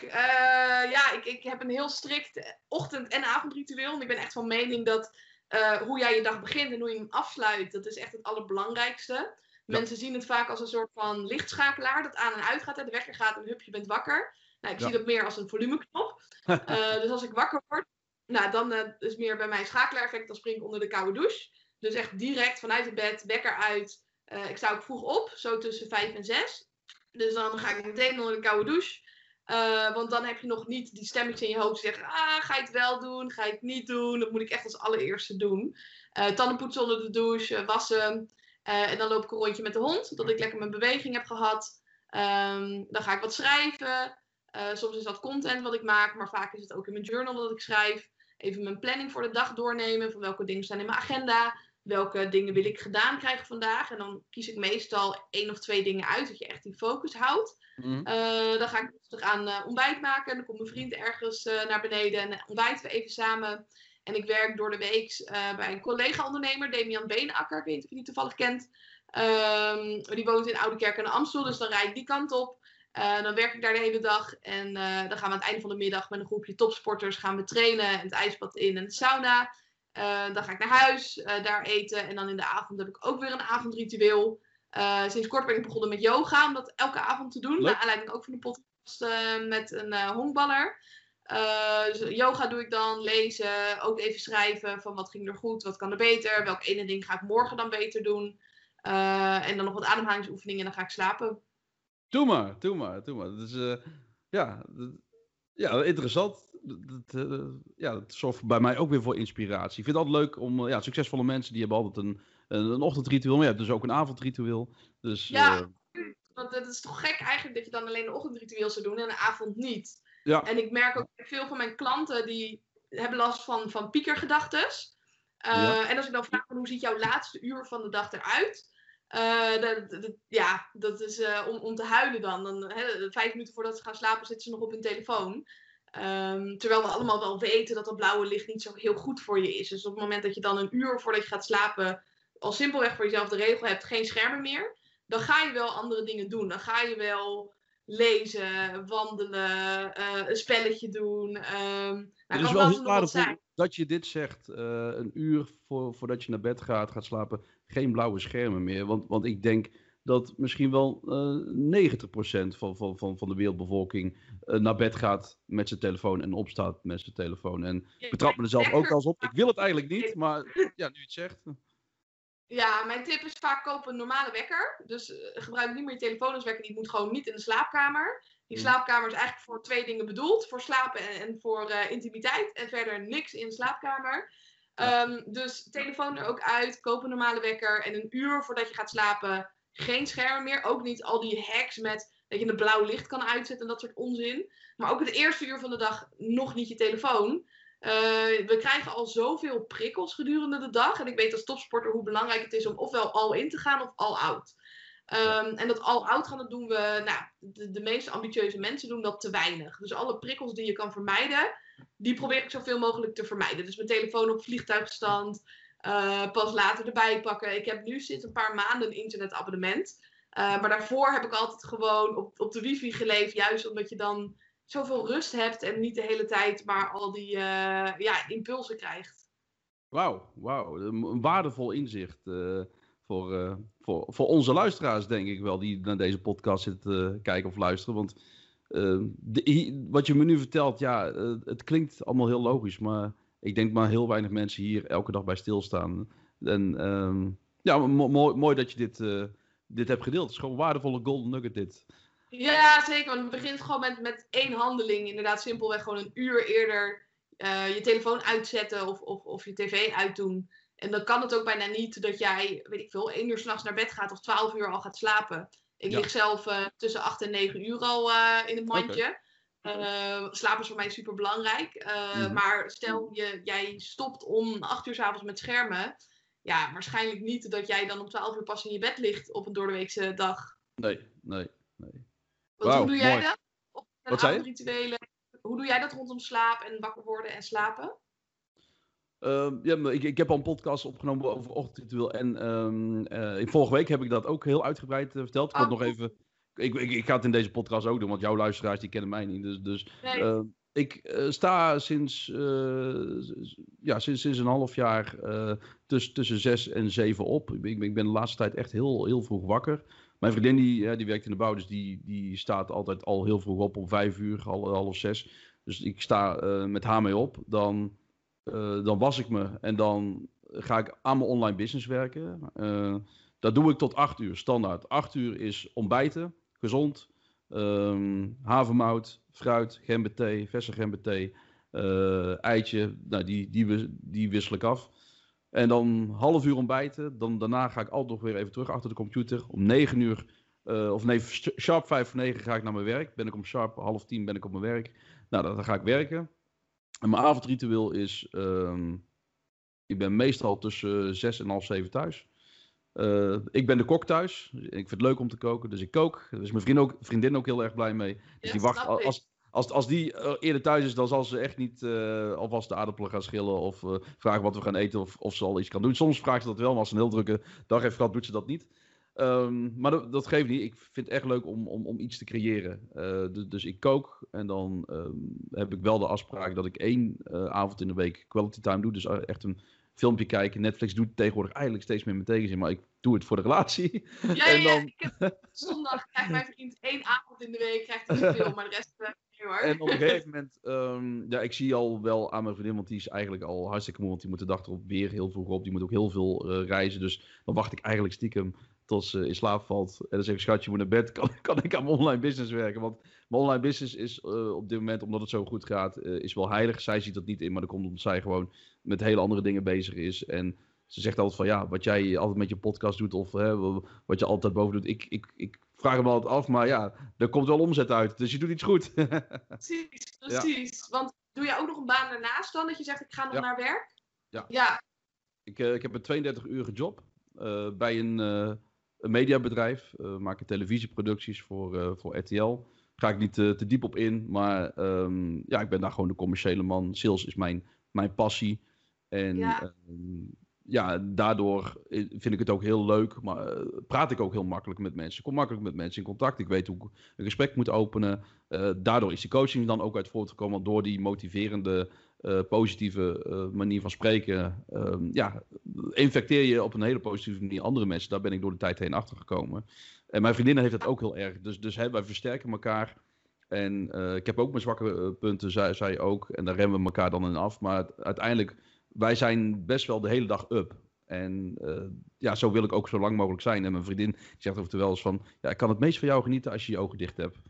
Ik heb een heel strikt ochtend- en avondritueel. En ik ben echt van mening dat hoe jij je dag begint en hoe je hem afsluit, dat is echt het allerbelangrijkste. Mensen zien het vaak als een soort van lichtschakelaar dat aan en uit gaat. De wekker gaat en hup, je bent wakker. Nou, ik zie dat meer als een volumeknop. Dus als ik wakker word, nou, dan is meer bij mij schakelaar-effect. Dan spring ik onder de koude douche. Dus echt direct vanuit het bed, wekker uit. Ik sta ook vroeg op, zo tussen 5 en 6. Dus dan ga ik meteen onder de koude douche. Want dan heb je nog niet die stemmetjes in je hoofd die zeggen, ga je het wel doen, ga je het niet doen? Dat moet ik echt als allereerste doen. Tanden poetsen onder de douche, wassen. En dan loop ik een rondje met de hond, zodat ik lekker mijn beweging heb gehad. Dan ga ik wat schrijven. Soms is dat content wat ik maak, maar vaak is het ook in mijn journal dat ik schrijf. Even mijn planning voor de dag doornemen, van welke dingen staan in mijn agenda. Welke dingen wil ik gedaan krijgen vandaag. En dan kies ik meestal 1 of 2 dingen uit, dat je echt die focus houdt. Dan ga ik rustig aan ontbijt maken. Dan komt mijn vriend ergens naar beneden en ontbijten we even samen. En ik werk door de week bij een collega-ondernemer, Damian Beenakker. Ik weet niet of je die toevallig kent. Die woont in Oudekerk en Amstel, dus dan rijd ik die kant op. Dan werk ik daar de hele dag. En dan gaan we aan het einde van de middag met een groepje topsporters gaan we trainen. Het ijsbad in en de sauna. Dan ga ik naar huis, daar eten. En dan in de avond heb ik ook weer een avondritueel. Sinds kort ben ik begonnen met yoga, om dat elke avond te doen. Naar aanleiding ook van de podcast met een honkballer. Dus yoga doe ik dan, lezen, ook even schrijven van wat ging er goed, wat kan er beter. Welk ene ding ga ik morgen dan beter doen. En dan nog wat ademhalingsoefeningen en dan ga ik slapen. Doe maar. Dat is, interessant. Dat zorgt bij mij ook weer voor inspiratie. Ik vind het altijd leuk om... succesvolle mensen die hebben altijd een ochtendritueel. Maar je hebt dus ook een avondritueel. Dus, want het is toch gek eigenlijk dat je dan alleen een ochtendritueel zou doen en een avond niet. Ja. En ik merk ook dat veel van mijn klanten die hebben last van piekergedachtes. En als ik dan vraag hoe ziet jouw laatste uur van de dag eruit? Dat is om te huilen dan 5 minuten voordat ze gaan slapen zitten ze nog op hun telefoon. Terwijl we allemaal wel weten dat dat blauwe licht niet zo heel goed voor je is. Dus op het moment dat je dan een uur voordat je gaat slapen al simpelweg voor jezelf de regel hebt, geen schermen meer, dan ga je wel andere dingen doen. Dan ga je wel lezen, wandelen, een spelletje doen. Het is wel heel waardevol dat je dit zegt. Een uur voordat je naar bed gaat slapen, geen blauwe schermen meer. Want ik denk dat misschien wel 90% van de wereldbevolking naar bed gaat met zijn telefoon en opstaat met zijn telefoon. En ik betrap me er zelf ook al eens op. Ik wil het eigenlijk niet, maar ja, nu je het zegt. Ja, mijn tip is vaak kopen een normale wekker. Dus gebruik niet meer je telefoon als wekker. Die moet gewoon niet in de slaapkamer. Die slaapkamer is eigenlijk voor 2 dingen bedoeld. Voor slapen en voor intimiteit. En verder niks in de slaapkamer. Dus telefoon er ook uit. Koop een normale wekker. En een uur voordat je gaat slapen geen schermen meer. Ook niet al die hacks met dat je een blauw licht kan uitzetten en dat soort onzin. Maar ook het eerste uur van de dag nog niet je telefoon. We krijgen al zoveel prikkels gedurende de dag. En ik weet als topsporter hoe belangrijk het is om ofwel all in te gaan of all out. En dat all out gaan, dat doen we, de meest ambitieuze mensen doen dat te weinig. Dus alle prikkels die je kan vermijden, die probeer ik zoveel mogelijk te vermijden. Dus mijn telefoon op vliegtuigstand, pas later erbij pakken. Ik heb nu sinds een paar maanden een internetabonnement. Maar daarvoor heb ik altijd gewoon op de wifi geleefd, juist omdat je dan zoveel rust hebt en niet de hele tijd maar al die impulsen krijgt. Wauw. Een waardevol inzicht voor onze luisteraars, denk ik wel, die naar deze podcast zitten kijken of luisteren. Want wat je me nu vertelt, het klinkt allemaal heel logisch, maar ik denk maar heel weinig mensen hier elke dag bij stilstaan. En mooi dat je dit hebt gedeeld. Het is gewoon een waardevolle golden nugget dit. Ja, zeker. Want het begint gewoon met één handeling. Inderdaad, simpelweg gewoon een uur eerder je telefoon uitzetten of je tv uitdoen. En dan kan het ook bijna niet dat jij, weet ik veel, 1 uur 's nachts naar bed gaat of 12 uur al gaat slapen. Ik lig zelf tussen 8 en 9 uur al in het mandje. Slapen is voor mij super belangrijk. Maar stel jij stopt om 8 uur 's avonds met schermen. Ja, waarschijnlijk niet dat jij dan om 12 uur pas in je bed ligt op een doordeweekse dag. Nee. Want hoe doe jij dat? Wat zei je? Hoe doe jij dat rondom slaap en wakker worden en slapen? Ik heb al een podcast opgenomen over ochtendritueel. En vorige week heb ik dat ook heel uitgebreid verteld. Ik wil nog even. Ik ga het in deze podcast ook doen, want jouw luisteraars die kennen mij niet. Dus ik sta sinds een half jaar tussen 6 en 7 op. Ik ben de laatste tijd echt heel, heel vroeg wakker. Mijn vriendin die werkt in de bouw, dus die staat altijd al heel vroeg op om 5 uur, half 6. Dus ik sta met haar mee op. Dan was ik me en dan ga ik aan mijn online business werken. Dat doe ik tot 8 uur, standaard. 8 uur is ontbijten, gezond, havermout, fruit, gemberthee, verse gemberthee, eitje. Nou, die wissel ik af. En dan half uur ontbijten. Daarna ga ik altijd nog weer even terug achter de computer. Om 9 uur, sharp 5 voor 9 ga ik naar mijn werk. Ben ik om sharp 9:30 ben ik op mijn werk. Nou, dan ga ik werken. En mijn avondritueel is, ik ben meestal tussen 6 en half 7 thuis. Ik ben de kok thuis. Ik vind het leuk om te koken, dus ik kook. Daar is mijn vriendin ook heel erg blij mee. Dus die wacht, als die eerder thuis is, dan zal ze echt niet alvast de aardappelen gaan schillen of vragen wat we gaan eten of ze al iets kan doen. Soms vraagt ze dat wel, maar als ze een heel drukke dag heeft gehad, doet ze dat niet. Maar dat geeft niet. Ik vind het echt leuk om iets te creëren. Dus ik kook en dan heb ik wel de afspraak dat ik 1 avond in de week quality time doe. Dus echt een filmpje kijken. Netflix doet tegenwoordig eigenlijk steeds meer met tegenzin, maar ik doe het voor de relatie. Zondag krijgt mijn vriend 1 avond in de week, krijgt hij een film, maar de rest nee hoor. En op een gegeven moment, ik zie al wel aan mijn vriendin, want die is eigenlijk al hartstikke moe, want die moet de dag erop weer heel vroeg op. Die moet ook heel veel reizen, dus dan wacht ik eigenlijk stiekem tot ze in slaap valt. En dan zeg ik, schat, je moet naar bed, kan ik aan mijn online business werken. Want mijn online business is op dit moment, omdat het zo goed gaat, is wel heilig. Zij ziet dat niet in, maar dat komt omdat zij gewoon met hele andere dingen bezig is. En ze zegt altijd van, ja, wat jij altijd met je podcast doet, of wat je altijd boven doet. Ik vraag hem altijd af, maar ja, er komt wel omzet uit. Dus je doet iets goed. Precies. Ja. Want doe je ook nog een baan daarnaast dan? Dat je zegt, ik ga nog naar werk? Ja. Ik heb een 32-urige job bij een mediabedrijf. Maak ik televisieproducties voor RTL. Ga ik niet te diep op in, maar ik ben daar gewoon de commerciële man. Sales is mijn passie. En daardoor vind ik het ook heel leuk, maar praat ik ook heel makkelijk met mensen. Ik kom makkelijk met mensen in contact. Ik weet hoe ik een gesprek moet openen. Daardoor is die coaching dan ook uit voortgekomen, want door die motiverende, positieve manier van spreken, infecteer je op een hele positieve manier andere mensen. Daar ben ik door de tijd heen achtergekomen. En mijn vriendin heeft dat ook heel erg. Dus wij versterken elkaar. En ik heb ook mijn zwakke punten, zij ook. En daar remmen we elkaar dan in af. Maar uiteindelijk, wij zijn best wel de hele dag up. En zo wil ik ook zo lang mogelijk zijn. En mijn vriendin die zegt oftewel eens van, ja, ik kan het meest van jou genieten als je je ogen dicht hebt.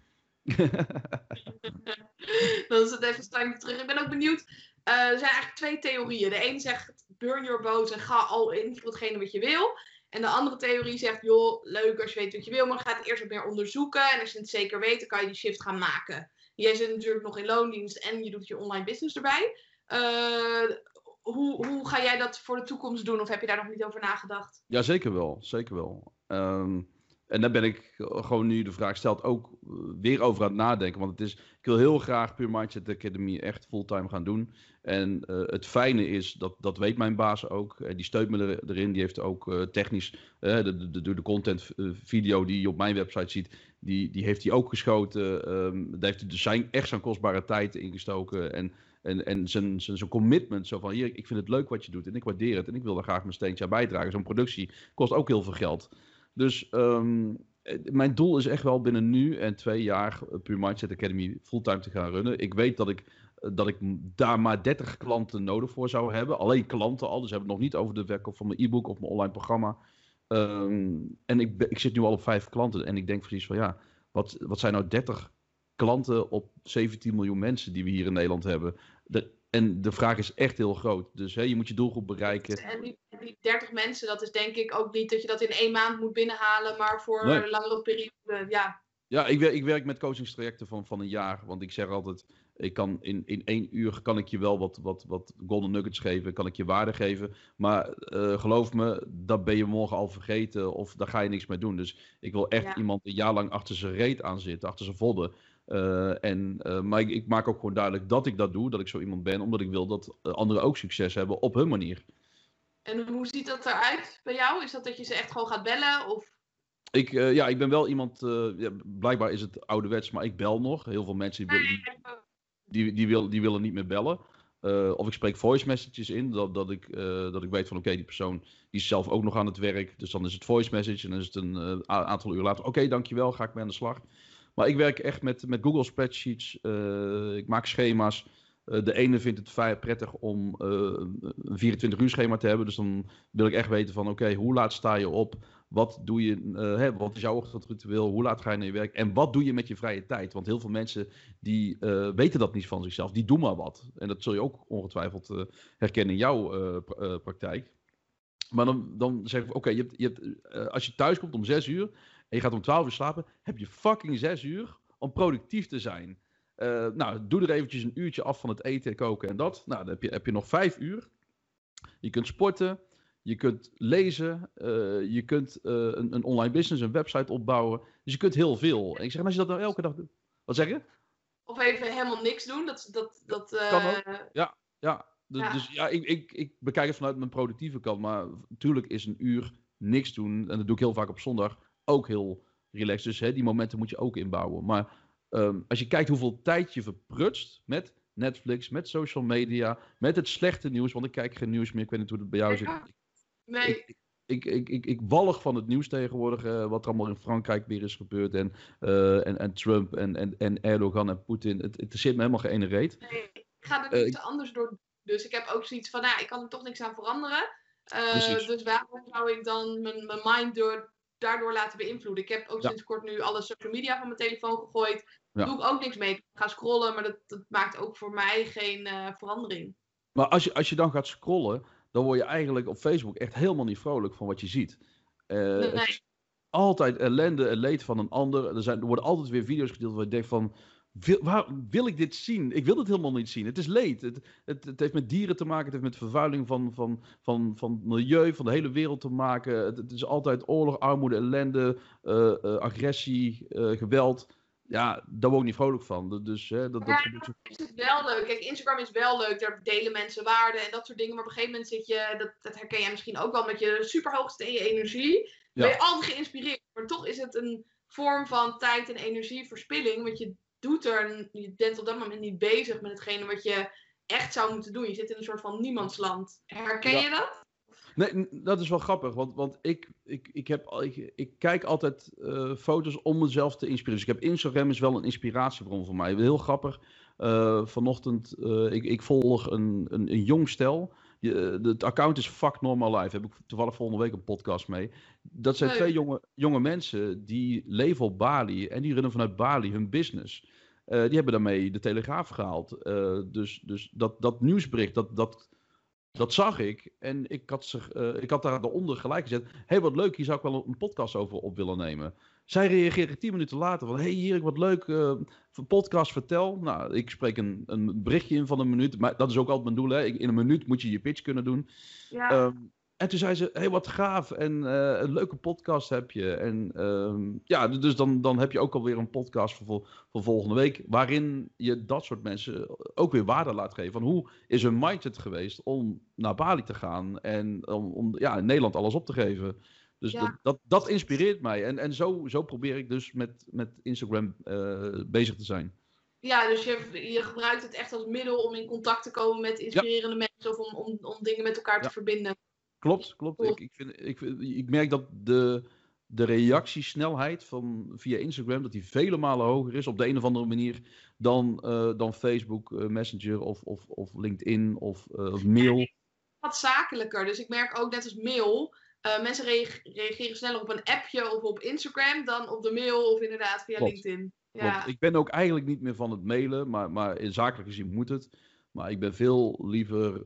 Dan is het even stijf terug. Ik ben ook benieuwd. Er zijn eigenlijk 2 theorieën. De ene zegt, burn your boats en ga all in voor hetgene wat je wil. En de andere theorie zegt, joh, leuk als je weet wat je wil, maar ga het eerst wat meer onderzoeken. En als je het zeker weet, dan kan je die shift gaan maken. Jij zit natuurlijk nog in loondienst en je doet je online business erbij. Hoe ga jij dat voor de toekomst doen? Of heb je daar nog niet over nagedacht? Ja, zeker wel. Zeker wel. En daar ben ik gewoon nu de vraag stelt ook weer over aan het nadenken. Want ik wil heel graag Pure Mindset Academy echt fulltime gaan doen. En het fijne is, dat weet mijn baas ook. Die steunt me erin. Die heeft ook technisch, de content video die je op mijn website ziet, die heeft hij ook geschoten. Daar heeft hij dus echt zijn kostbare tijd ingestoken. En zijn commitment, zo van hier, ik vind het leuk wat je doet en ik waardeer het en ik wil daar graag mijn steentje aan bijdragen. Zo'n productie kost ook heel veel geld. Dus mijn doel is echt wel binnen nu en 2 jaar Pure Mindset Academy fulltime te gaan runnen. Ik weet dat ik daar maar 30 klanten nodig voor zou hebben. Alleen klanten al, dus we hebben het nog niet over de verkoop van mijn e-book of mijn online programma. En ik zit nu al op 5 klanten en ik denk precies van ja, wat zijn nou 30 klanten op 17 miljoen mensen die we hier in Nederland hebben? En de vraag is echt heel groot. Dus je moet je doelgroep bereiken. En die 30 mensen, dat is denk ik ook niet dat je dat in 1 maand moet binnenhalen, maar voor een langere periode, ja. Ja, ik werk met coachingstrajecten van een jaar. Want ik zeg altijd, ik kan in 1 uur kan ik je wel wat golden nuggets geven, kan ik je waarde geven. Maar geloof me, dat ben je morgen al vergeten of daar ga je niks mee doen. Dus ik wil echt iemand een jaar lang achter zijn reet aan zitten, achter zijn vodden. Maar ik maak ook gewoon duidelijk dat ik dat doe, dat ik zo iemand ben, omdat ik wil dat anderen ook succes hebben op hun manier. En hoe ziet dat eruit bij jou? Is dat je ze echt gewoon gaat bellen? Of? Ik ben wel iemand, blijkbaar is het ouderwets, maar ik bel nog. Heel veel mensen die willen niet meer bellen. Of ik spreek voice messages in, dat ik weet van oké, die persoon die is zelf ook nog aan het werk. Dus dan is het voice message en dan is het een aantal uur later. Oké, dankjewel, ga ik mee aan de slag. Maar ik werk echt met Google Spreadsheets. Ik maak schema's. De ene vindt het vrij prettig om een 24 uur schema te hebben. Dus dan wil ik echt weten van oké, hoe laat sta je op? Wat doe je? Wat is jouw ochtendritueel? Hoe laat ga je naar je werk? En wat doe je met je vrije tijd? Want heel veel mensen die weten dat niet van zichzelf. Die doen maar wat. En dat zul je ook ongetwijfeld herkennen in jouw praktijk. Maar dan zeg ik, oké, als je thuis komt om 6 uur en je gaat om 12 uur slapen, heb je fucking 6 uur om productief te zijn. Doe er eventjes een uurtje af van het eten en koken en dat. Nou, dan heb je nog 5 uur. Je kunt sporten, je kunt lezen, je kunt een online business, een website opbouwen. Dus je kunt heel veel. En ik zeg, als je dat nou elke dag doet. Wat zeg je? Of even helemaal niks doen. Kan ook. Ja. Dus ja, ik bekijk het vanuit mijn productieve kant. Maar natuurlijk is een uur niks doen, en dat doe ik heel vaak op zondag, ook heel relaxed. Dus die momenten moet je ook inbouwen. Maar als je kijkt hoeveel tijd je verprutst met Netflix, met social media, met het slechte nieuws, want ik kijk geen nieuws meer, ik weet niet hoe het bij jou zit. Nee. Ik walg van het nieuws tegenwoordig, wat er allemaal in Frankrijk weer is gebeurd en Trump en Erdogan en Poetin. Het zit me helemaal geen ene reet. Nee, ik ga er iets anders door. Dus ik heb ook zoiets van, ik kan er toch niks aan veranderen. Dus waarom zou ik dan mijn mind daardoor laten beïnvloeden? Ik heb ook sinds kort nu alle social media van mijn telefoon gegooid. Daar doe ik ook niks mee. Ik ga scrollen, maar dat maakt ook voor mij geen verandering. Maar als je dan gaat scrollen, dan word je eigenlijk op Facebook echt helemaal niet vrolijk van wat je ziet. Het is altijd ellende en leed van een ander. Er worden altijd weer video's gedeeld waar je denkt van, wil ik dit zien? Ik wil het helemaal niet zien. Het is leed. Het heeft met dieren te maken. Het heeft met vervuiling van het milieu, van de hele wereld te maken. Het is altijd oorlog, armoede, ellende, agressie, geweld. Ja, daar word ik niet vrolijk van. Dus, is het wel leuk. Kijk, Instagram is wel leuk. Daar delen mensen waarden en dat soort dingen. Maar op een gegeven moment zit je, dat herken jij misschien ook wel, met je super hoog zit in je energie. Ben je altijd geïnspireerd. Maar toch is het een vorm van tijd- en energieverspilling. Want je bent op dat moment niet bezig met hetgene wat je echt zou moeten doen. Je zit in een soort van niemandsland. Herken je dat? Nee, dat is wel grappig, want ik kijk altijd foto's om mezelf te inspireren. Dus ik heb Instagram is wel een inspiratiebron voor mij. Heel grappig. Vanochtend, ik volg een jong stel. Het account is Fuck Normal Life. Daar heb ik toevallig volgende week een podcast mee. Dat zijn 2 jonge mensen die leven op Bali en die runnen vanuit Bali hun business. Die hebben daarmee de Telegraaf gehaald. Dus dat nieuwsbericht, dat Dat zag ik en ik had daar daaronder gelijk gezet. Hé, wat leuk, hier zou ik wel een podcast over op willen nemen. Zij reageerde 10 minuten later van, hé, hier, wat leuk, podcast, vertel. Nou, ik spreek een berichtje in van een minuut, maar dat is ook altijd mijn doel, hè. In een minuut moet je je pitch kunnen doen. Ja. En toen zei ze, hé, wat gaaf en een leuke podcast heb je. En ja, dus dan heb je ook alweer een podcast voor volgende week, waarin je dat soort mensen ook weer waarde laat geven. Van hoe is hun mindset geweest om naar Bali te gaan en om ja, in Nederland alles op te geven. Dus Ja. dat inspireert mij. En zo probeer ik dus met Instagram bezig te zijn. Ja, dus je gebruikt het echt als middel om in contact te komen met inspirerende mensen of om dingen met elkaar te verbinden. Klopt. Ik merk dat de reactiesnelheid via Instagram, dat die vele malen hoger is op de een of andere manier dan Facebook Messenger of LinkedIn of mail. Wat zakelijker. Dus ik merk ook net als mail, mensen reageren sneller op een appje of op Instagram dan op de mail of inderdaad via LinkedIn. Ja. Klopt. Ik ben ook eigenlijk niet meer van het mailen, maar in zakelijk gezien moet het. Maar ik ben veel liever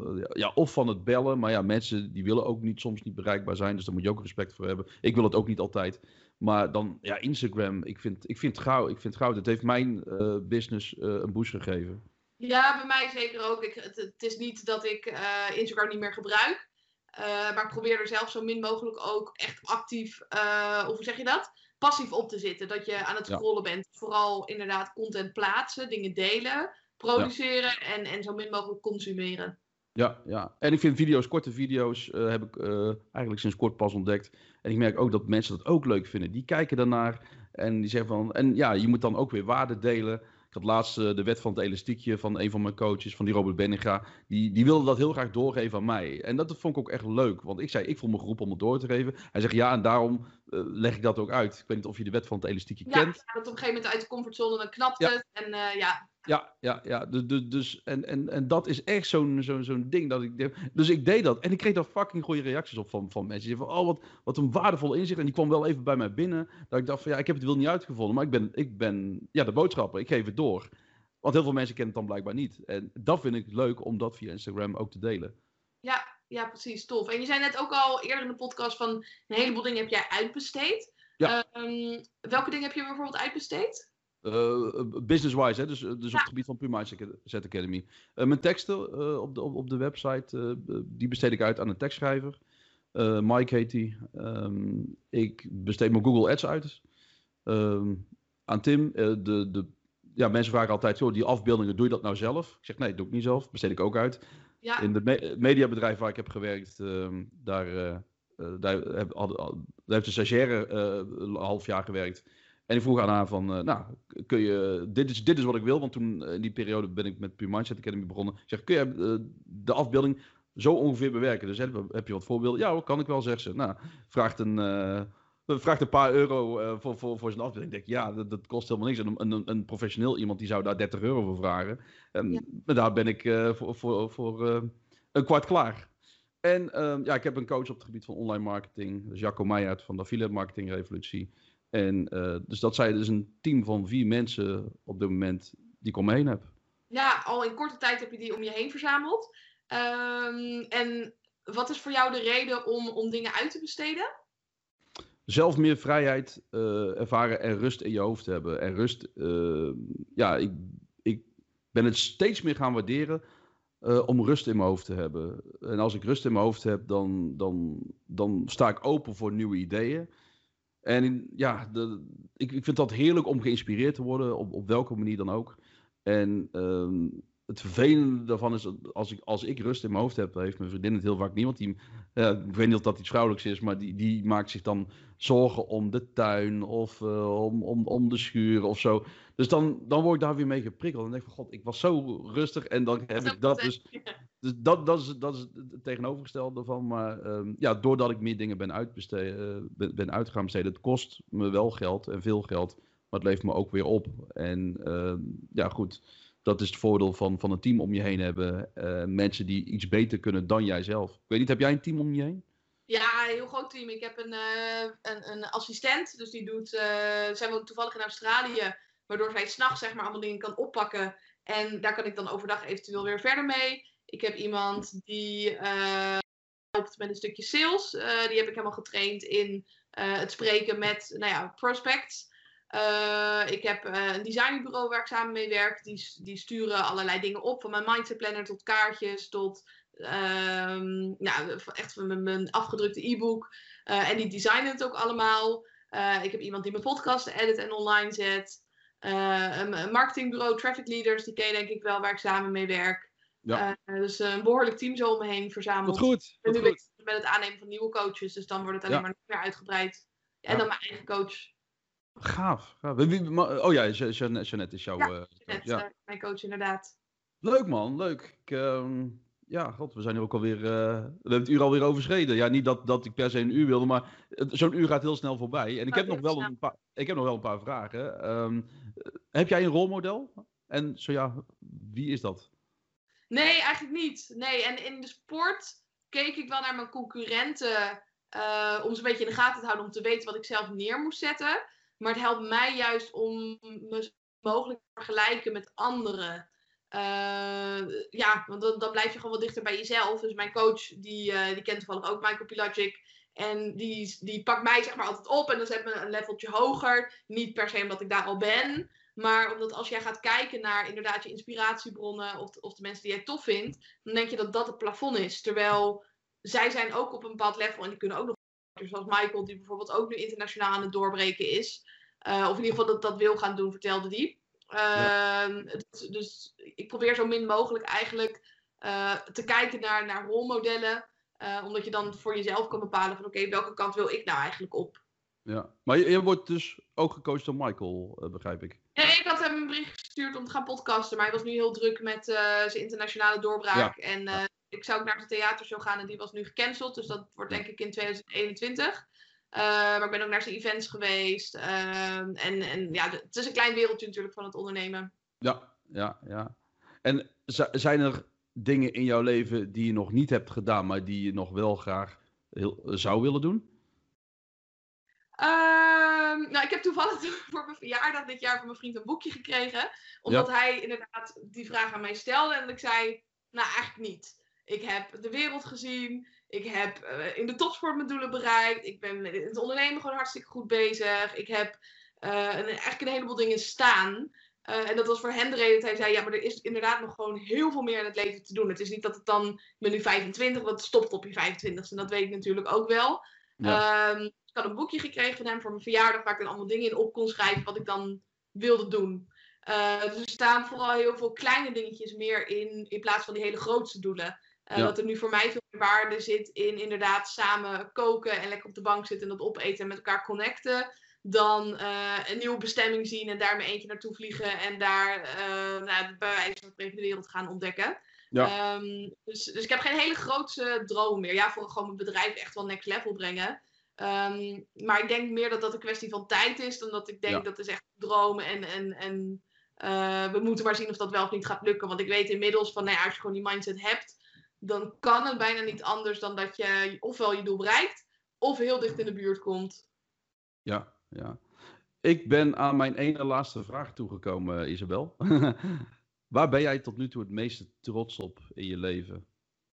of van het bellen. Maar ja, mensen die willen ook soms niet bereikbaar zijn. Dus daar moet je ook respect voor hebben. Ik wil het ook niet altijd. Maar dan, ja, Instagram. Ik vind het goud. Het heeft mijn business een boost gegeven. Ja, bij mij zeker ook. Het is niet dat ik Instagram niet meer gebruik. Maar ik probeer er zelf zo min mogelijk ook echt actief, of hoe zeg je dat? Passief op te zitten. Dat je aan het scrollen bent. Vooral inderdaad content plaatsen, dingen delen, produceren en zo min mogelijk consumeren. Ja. En ik vind korte video's heb ik eigenlijk sinds kort pas ontdekt. En ik merk ook dat mensen dat ook leuk vinden. Die kijken daarnaar en die zeggen van... En ja, je moet dan ook weer waarde delen. Ik had laatst de wet van het elastiekje van een van mijn coaches, van die Robert Benninga. Die wilde dat heel graag doorgeven aan mij. En dat vond ik ook echt leuk. Want ik zei, ik voel me geroepen om het door te geven. Hij zegt, ja, en daarom leg ik dat ook uit. Ik weet niet of je de wet van het elastiekje kent. Ja, dat op een gegeven moment uit de comfortzone, dan knapt het. En Ja. Dus, en dat is echt zo'n ding dat ik deed. Dus ik deed dat. En ik kreeg daar fucking goede reacties op van mensen. Die zeiden van, oh, wat een waardevol inzicht. En die kwam wel even bij mij binnen. Dat ik dacht van, ja, ik heb het wel niet uitgevonden. Maar ik ben de boodschapper. Ik geef het door. Want heel veel mensen kennen het dan blijkbaar niet. En dat vind ik leuk om dat via Instagram ook te delen. Ja, precies. Tof. En je zei net ook al eerder in de podcast van een heleboel dingen heb jij uitbesteed. Ja. Welke dingen heb je bijvoorbeeld uitbesteed? Business-wise, hè? Dus op het gebied van Pure Mindset Academy. Mijn teksten op de website, die besteed ik uit aan een tekstschrijver. Mike heet die. Ik besteed mijn Google Ads uit. Aan Tim. Mensen vragen altijd, joh, die afbeeldingen, doe je dat nou zelf? Ik zeg, nee, dat doe ik niet zelf. Besteed ik ook uit. Ja. In het mediabedrijf waar ik heb gewerkt, daar heeft de stagiaire een half jaar gewerkt. En ik vroeg aan haar van, kun je, dit is wat ik wil. Want toen in die periode ben ik met Pure Mindset Academy begonnen. Ik zeg, kun je de afbeelding zo ongeveer bewerken? Dus heb je wat voorbeelden? Ja, kan ik wel, zegt ze. Nou, vraagt een paar euro voor zijn afbeelding. Ik denk, ja, dat kost helemaal niks. En een professioneel iemand die zou daar 30 euro voor vragen. Maar daar ben ik voor een kwart klaar. En ik heb een coach op het gebied van online marketing. Dus Jacco Meijert van de Affiliate Marketing Revolutie. En dus dat zij dus een team van 4 mensen op dit moment die ik om me heen heb. Ja, al in korte tijd heb je die om je heen verzameld. En wat is voor jou de reden om dingen uit te besteden? Zelf meer vrijheid ervaren en rust in je hoofd hebben. En rust, ik ben het steeds meer gaan waarderen om rust in mijn hoofd te hebben. En als ik rust in mijn hoofd heb, dan sta ik open voor nieuwe ideeën. En ik vind dat heerlijk om geïnspireerd te worden, op welke manier dan ook. En het vervelende daarvan is, als ik rust in mijn hoofd heb, heeft mijn vriendin het heel vaak niet. Want ik weet niet of dat iets vrouwelijks is, maar die maakt zich dan zorgen om de tuin of om de schuur of zo. Dus dan word ik daar weer mee geprikkeld. En denk van, god, ik was zo rustig en dan heb ik dat. Dus dat is het tegenovergestelde ervan. Maar doordat ik meer dingen ben uit gaan besteden, het kost me wel geld en veel geld. Maar het levert me ook weer op. En goed, dat is het voordeel van een team om je heen hebben. Mensen die iets beter kunnen dan jijzelf. Ik weet niet, heb jij een team om je heen? Ja, een heel groot team. Ik heb een assistent, dus die doet... zij woont toevallig in Australië, waardoor zij 's nachts zeg maar allemaal dingen kan oppakken. En daar kan ik dan overdag eventueel weer verder mee. Ik heb iemand die helpt met een stukje sales. Die heb ik helemaal getraind in het spreken met prospects. Ik heb een designbureau waar ik samen mee werk. Die sturen allerlei dingen op. Van mijn mindset planner tot kaartjes tot echt mijn afgedrukte e-book. En die designen het ook allemaal. Ik heb iemand die mijn podcast edit en online zet. Een marketingbureau, Traffic Leaders, die ken je denk ik wel, waar ik samen mee werk. Ja. Dus een behoorlijk team zo om me heen verzameld. Wat goed. En Wat nu ben goed. ik met het aannemen van nieuwe coaches, dus dan wordt het alleen Ja. maar nog meer uitgebreid. En Ja. dan mijn eigen coach. Gaaf. Oh ja, Jeannette is jouw coach. Mijn coach inderdaad. Leuk man, leuk. God, we zijn er ook alweer. We hebben het uur alweer overschreden. Ja, niet dat ik per se een uur wilde, maar zo'n uur gaat heel snel voorbij. En ik heb nog wel een paar vragen. Heb jij een rolmodel? En zo ja, wie is dat? Nee, eigenlijk niet. Nee, en in de sport keek ik wel naar mijn concurrenten om ze een beetje in de gaten te houden, om te weten wat ik zelf neer moest zetten. Maar het helpt mij juist om me zo mogelijk te vergelijken met anderen. Want dan blijf je gewoon wat dichter bij jezelf. Dus mijn coach, die kent toevallig ook Michael Pilagic. En die pakt mij zeg maar altijd op en dan zet me een leveltje hoger. Niet per se omdat ik daar al ben. Maar omdat als jij gaat kijken naar inderdaad je inspiratiebronnen of de mensen die jij tof vindt, dan denk je dat dat het plafond is. Terwijl zij zijn ook op een bepaald level en die kunnen ook nog, zoals Michael, die bijvoorbeeld ook nu internationaal aan het doorbreken is. Of in ieder geval dat wil gaan doen, vertelde die. Dus ik probeer zo min mogelijk eigenlijk te kijken naar rolmodellen. Omdat je dan voor jezelf kan bepalen van oké, welke kant wil ik nou eigenlijk op? Ja, maar je wordt dus ook gecoacht door Michael, begrijp ik. Ja, ik had hem een bericht gestuurd om te gaan podcasten, maar hij was nu heel druk met zijn internationale doorbraak. Ja. En ik zou ook naar de theatershow gaan en die was nu gecanceld, dus dat wordt denk ik in 2021. Maar ik ben ook naar zijn events geweest. Het is een klein wereldje natuurlijk van het ondernemen. Ja. En zijn er dingen in jouw leven die je nog niet hebt gedaan, maar die je nog wel graag zou willen doen? Ik heb toevallig voor mijn verjaardag dit jaar van mijn vriend een boekje gekregen. Omdat hij inderdaad die vraag aan mij stelde. En ik zei, nou eigenlijk niet. Ik heb de wereld gezien. Ik heb in de topsport mijn doelen bereikt. Ik ben in het ondernemen gewoon hartstikke goed bezig. Ik heb eigenlijk een heleboel dingen staan. En dat was voor hem de reden dat hij zei, ja, maar er is inderdaad nog gewoon heel veel meer in het leven te doen. Het is niet dat het dan, ik ben nu 25, want het stopt op je 25ste. En dat weet ik natuurlijk ook wel. Ja. Ik had een boekje gekregen van hem voor mijn verjaardag, waar ik dan allemaal dingen in op kon schrijven wat ik dan wilde doen. Dus er staan vooral heel veel kleine dingetjes meer in plaats van die hele grootste doelen. Dat er nu voor mij veel meer waarde zit in inderdaad samen koken en lekker op de bank zitten en dat opeten en met elkaar connecten. Dan een nieuwe bestemming zien en daar mijn eentje naartoe vliegen en daar bij wijze van spreken de wereld gaan ontdekken. Ja. Dus ik heb geen hele grootse droom meer. Ja, voor gewoon mijn bedrijf echt wel next level brengen. Maar ik denk meer dat dat een kwestie van tijd is, dan dat ik denk dat is echt een droom en we moeten maar zien of dat wel of niet gaat lukken. Want ik weet inmiddels van, als je gewoon die mindset hebt, dan kan het bijna niet anders dan dat je ofwel je doel bereikt, of heel dicht in de buurt komt. Ja. Ik ben aan mijn ene laatste vraag toegekomen, Isabel. Waar ben jij tot nu toe het meeste trots op in je leven?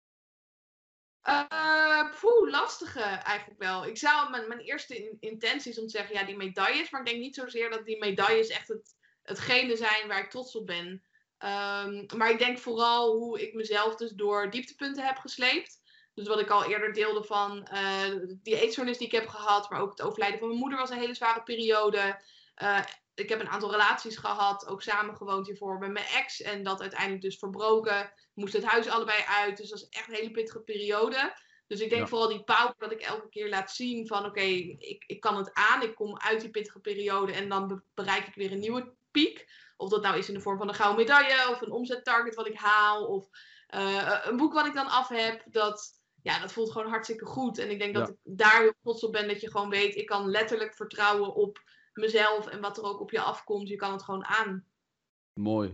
Lastige eigenlijk wel. Ik zou mijn eerste intentie is om te zeggen, ja, die medailles. Maar ik denk niet zozeer dat die medailles echt hetgene zijn waar ik trots op ben. Maar ik denk vooral hoe ik mezelf dus door dieptepunten heb gesleept. Dus wat ik al eerder deelde van die eetstoornis die ik heb gehad. Maar ook het overlijden van mijn moeder was een hele zware periode. Ik heb een aantal relaties gehad. Ook samen gewoond hiervoor met mijn ex. En dat uiteindelijk dus verbroken. Moest het huis allebei uit. Dus dat is echt een hele pittige periode. Dus ik denk vooral die power dat ik elke keer laat zien van oké, ik kan het aan. Ik kom uit die pittige periode. En dan bereik ik weer een nieuwe piek. Of dat nou is in de vorm van een gouden medaille. Of een omzettarget wat ik haal. Of een boek wat ik dan af heb. Dat voelt gewoon hartstikke goed. En ik denk dat ik daar heel trots op ben. Dat je gewoon weet, ik kan letterlijk vertrouwen op mezelf. En wat er ook op je afkomt. Je kan het gewoon aan. Mooi.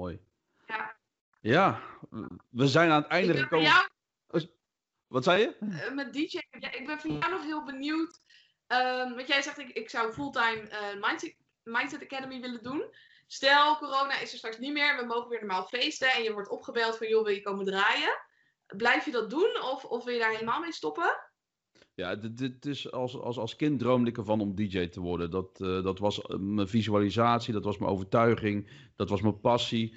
Ja, we zijn aan het einde gekomen. Wat zei je? Met DJ. Ik ben van jou nog heel benieuwd. Want jij zegt, ik zou fulltime Mindset Academy willen doen. Stel, corona is er straks niet meer, we mogen weer normaal feesten en je wordt opgebeld van, joh, wil je komen draaien? Blijf je dat doen of wil je daar helemaal mee stoppen? Ja, dit is als kind droomde ik ervan om DJ te worden. Dat was mijn visualisatie, dat was mijn overtuiging, dat was mijn passie.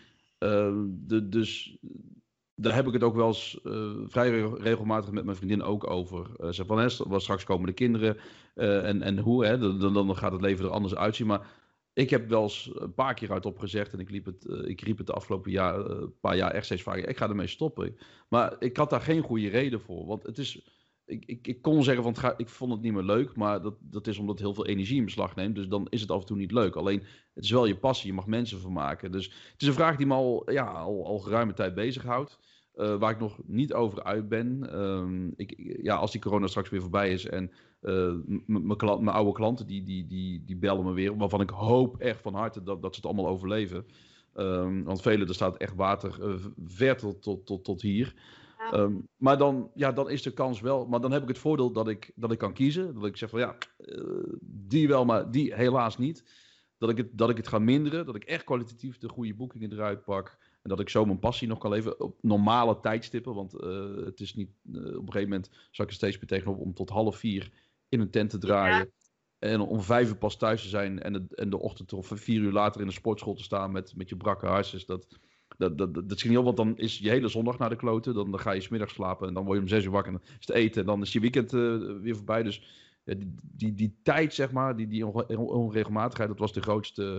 Dus daar heb ik het ook wel eens vrij regelmatig met mijn vriendin ook over. Ze van, straks komen de kinderen en hoe, hè, dan gaat het leven er anders uitzien. Maar ik heb wel eens een paar keer hardop gezegd en ik riep het de afgelopen paar jaar echt steeds vaker. Ik ga ermee stoppen. Maar ik had daar geen goede reden voor. Want het is, ik kon zeggen van ik vond het niet meer leuk. Maar dat is omdat het heel veel energie in beslag neemt. Dus dan is het af en toe niet leuk. Alleen het is wel je passie. Je mag mensen vermaken. Dus het is een vraag die me al geruime tijd bezighoudt. Waar ik nog niet over uit ben. Als die corona straks weer voorbij is en mijn oude klanten die bellen me weer. Waarvan ik hoop echt van harte dat ze het allemaal overleven. Want velen, er staat echt water ver tot hier. Ja. Maar dan is de kans wel. Maar dan heb ik het voordeel dat ik kan kiezen. Dat ik zeg van die wel, maar die helaas niet. Dat ik het ga minderen. Dat ik echt kwalitatief de goede boekingen eruit pak. En dat ik zo mijn passie nog kan leven op normale tijdstippen. Want het is niet. Op een gegeven moment zal ik er steeds meer tegenop om tot 3:30 in een tent te draaien. Ja. En om 5:00 pas thuis te zijn. En de ochtend of 4 uur later in de sportschool te staan met je brakke hartjes. Dat schiet niet op, want dan is je hele zondag naar de kloten. Dan ga je 's middags slapen en dan word je om 6 uur wakker. En dan is het eten en dan is je weekend weer voorbij. Dus die tijd, zeg maar, die onregelmatigheid, dat was de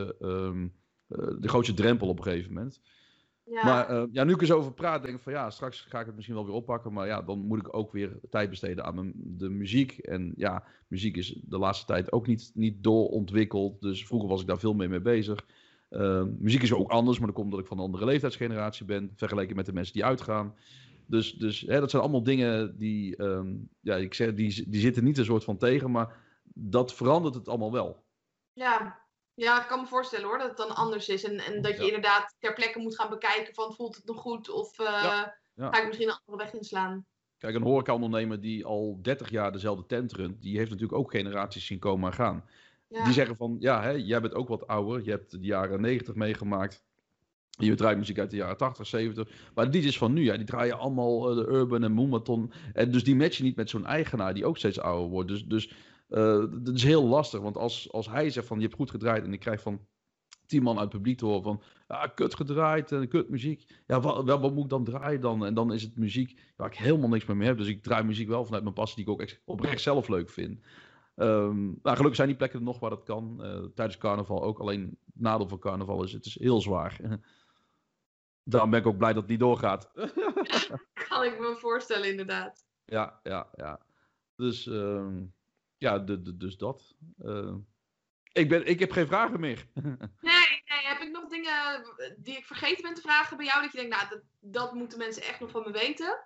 grootste drempel op een gegeven moment. Ja. Maar nu ik er zo over praat, denk ik van straks ga ik het misschien wel weer oppakken. Maar dan moet ik ook weer tijd besteden aan de muziek. En muziek is de laatste tijd ook niet doorontwikkeld. Dus vroeger was ik daar veel meer mee bezig. Muziek is ook anders, maar dat komt omdat ik van een andere leeftijdsgeneratie ben. Vergeleken met de mensen die uitgaan. Dus dat zijn allemaal dingen die, ik zeg, die zitten niet een soort van tegen. Maar dat verandert het allemaal wel. Ja, ik kan me voorstellen hoor, dat het dan anders is. En dat je inderdaad ter plekke moet gaan bekijken van voelt het nog goed of ga ik misschien een andere weg inslaan. Kijk, een horecaondernemer die al 30 jaar dezelfde tent runt, die heeft natuurlijk ook generaties zien komen en gaan. Ja. Die zeggen van, jij bent ook wat ouder, je hebt de jaren 90 meegemaakt. Je draait muziek uit de jaren 80, 70. Maar die DJ's van nu, die draaien allemaal de Urban en Moomaton. En dus die matchen niet met zo'n eigenaar die ook steeds ouder wordt. Dus dat is heel lastig. Want als hij zegt van je hebt goed gedraaid en ik krijg van 10 man uit het publiek te horen van kut gedraaid en kut muziek. Ja, wat moet ik dan draaien dan? En dan is het muziek waar ik helemaal niks meer mee heb. Dus ik draai muziek wel vanuit mijn passie die ik ook oprecht zelf leuk vind. Gelukkig zijn die plekken er nog waar dat kan. Tijdens carnaval ook. Alleen het nadeel van carnaval is het is heel zwaar. Daarom ben ik ook blij dat het niet doorgaat. Kan ik me voorstellen, inderdaad. Ja. Dus, dus dat. Ik heb geen vragen meer. Nee, heb ik nog dingen die ik vergeten ben te vragen bij jou? Dat je denkt, dat moeten mensen echt nog van me weten?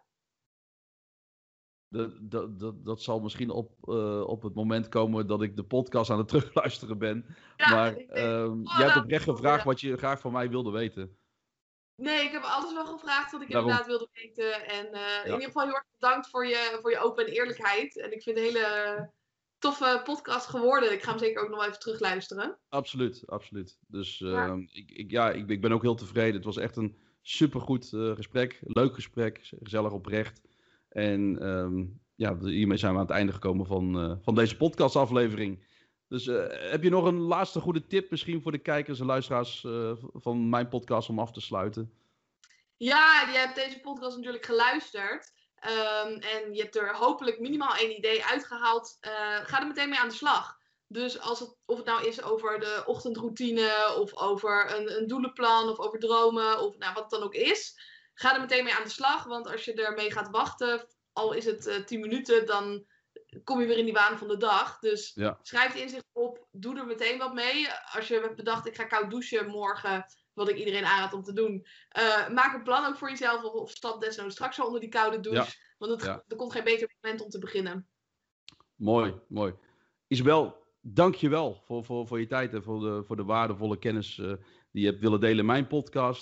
Dat zal misschien op het moment komen dat ik de podcast aan het terugluisteren ben. Ja, maar jij hebt oprecht gevraagd wat je graag van mij wilde weten. Nee, ik heb alles wel gevraagd wat ik inderdaad wilde weten. En in ieder geval heel erg bedankt voor je open en eerlijkheid. En ik vind het een hele toffe podcast geworden. Ik ga hem zeker ook nog even terugluisteren. Absoluut. Dus ik ben ook heel tevreden. Het was echt een supergoed gesprek. Leuk gesprek. Gezellig oprecht. En hiermee zijn we aan het einde gekomen van deze podcastaflevering. Dus heb je nog een laatste goede tip misschien voor de kijkers en luisteraars van mijn podcast om af te sluiten? Ja, je hebt deze podcast natuurlijk geluisterd. En je hebt er hopelijk minimaal 1 idee uitgehaald. Ga er meteen mee aan de slag. Dus of het nou is over de ochtendroutine of over een doelenplan of over dromen of wat het dan ook is. Ga er meteen mee aan de slag. Want als je ermee gaat wachten, al is het 10 minuten, dan kom je weer in die waan van de dag. Dus schrijf het inzicht op. Doe er meteen wat mee. Als je hebt bedacht, ik ga koud douchen morgen, wat ik iedereen aanraad om te doen. Maak een plan ook voor jezelf. Of stap desnoods straks al onder die koude douche. Want er komt geen beter moment om te beginnen. Mooi. Isabel, dank je wel voor je tijd en voor de waardevolle kennis die je hebt willen delen in mijn podcast.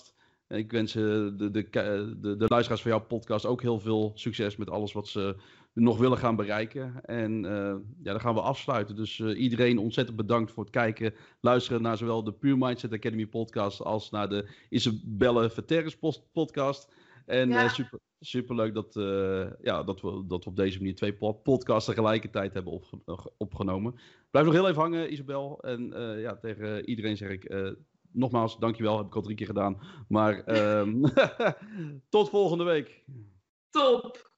En ik wens de luisteraars van jouw podcast ook heel veel succes met alles wat ze nog willen gaan bereiken. En dan gaan we afsluiten. Dus iedereen ontzettend bedankt voor het kijken, luisteren naar zowel de Pure Mindset Academy podcast als naar de Isabelle Verterres podcast. En super leuk dat we op deze manier 2 podcasts tegelijkertijd hebben opgenomen. Blijf nog heel even hangen, Isabel. En tegen iedereen zeg ik nogmaals, dankjewel. Heb ik al 3 keer gedaan. Maar tot volgende week. Top.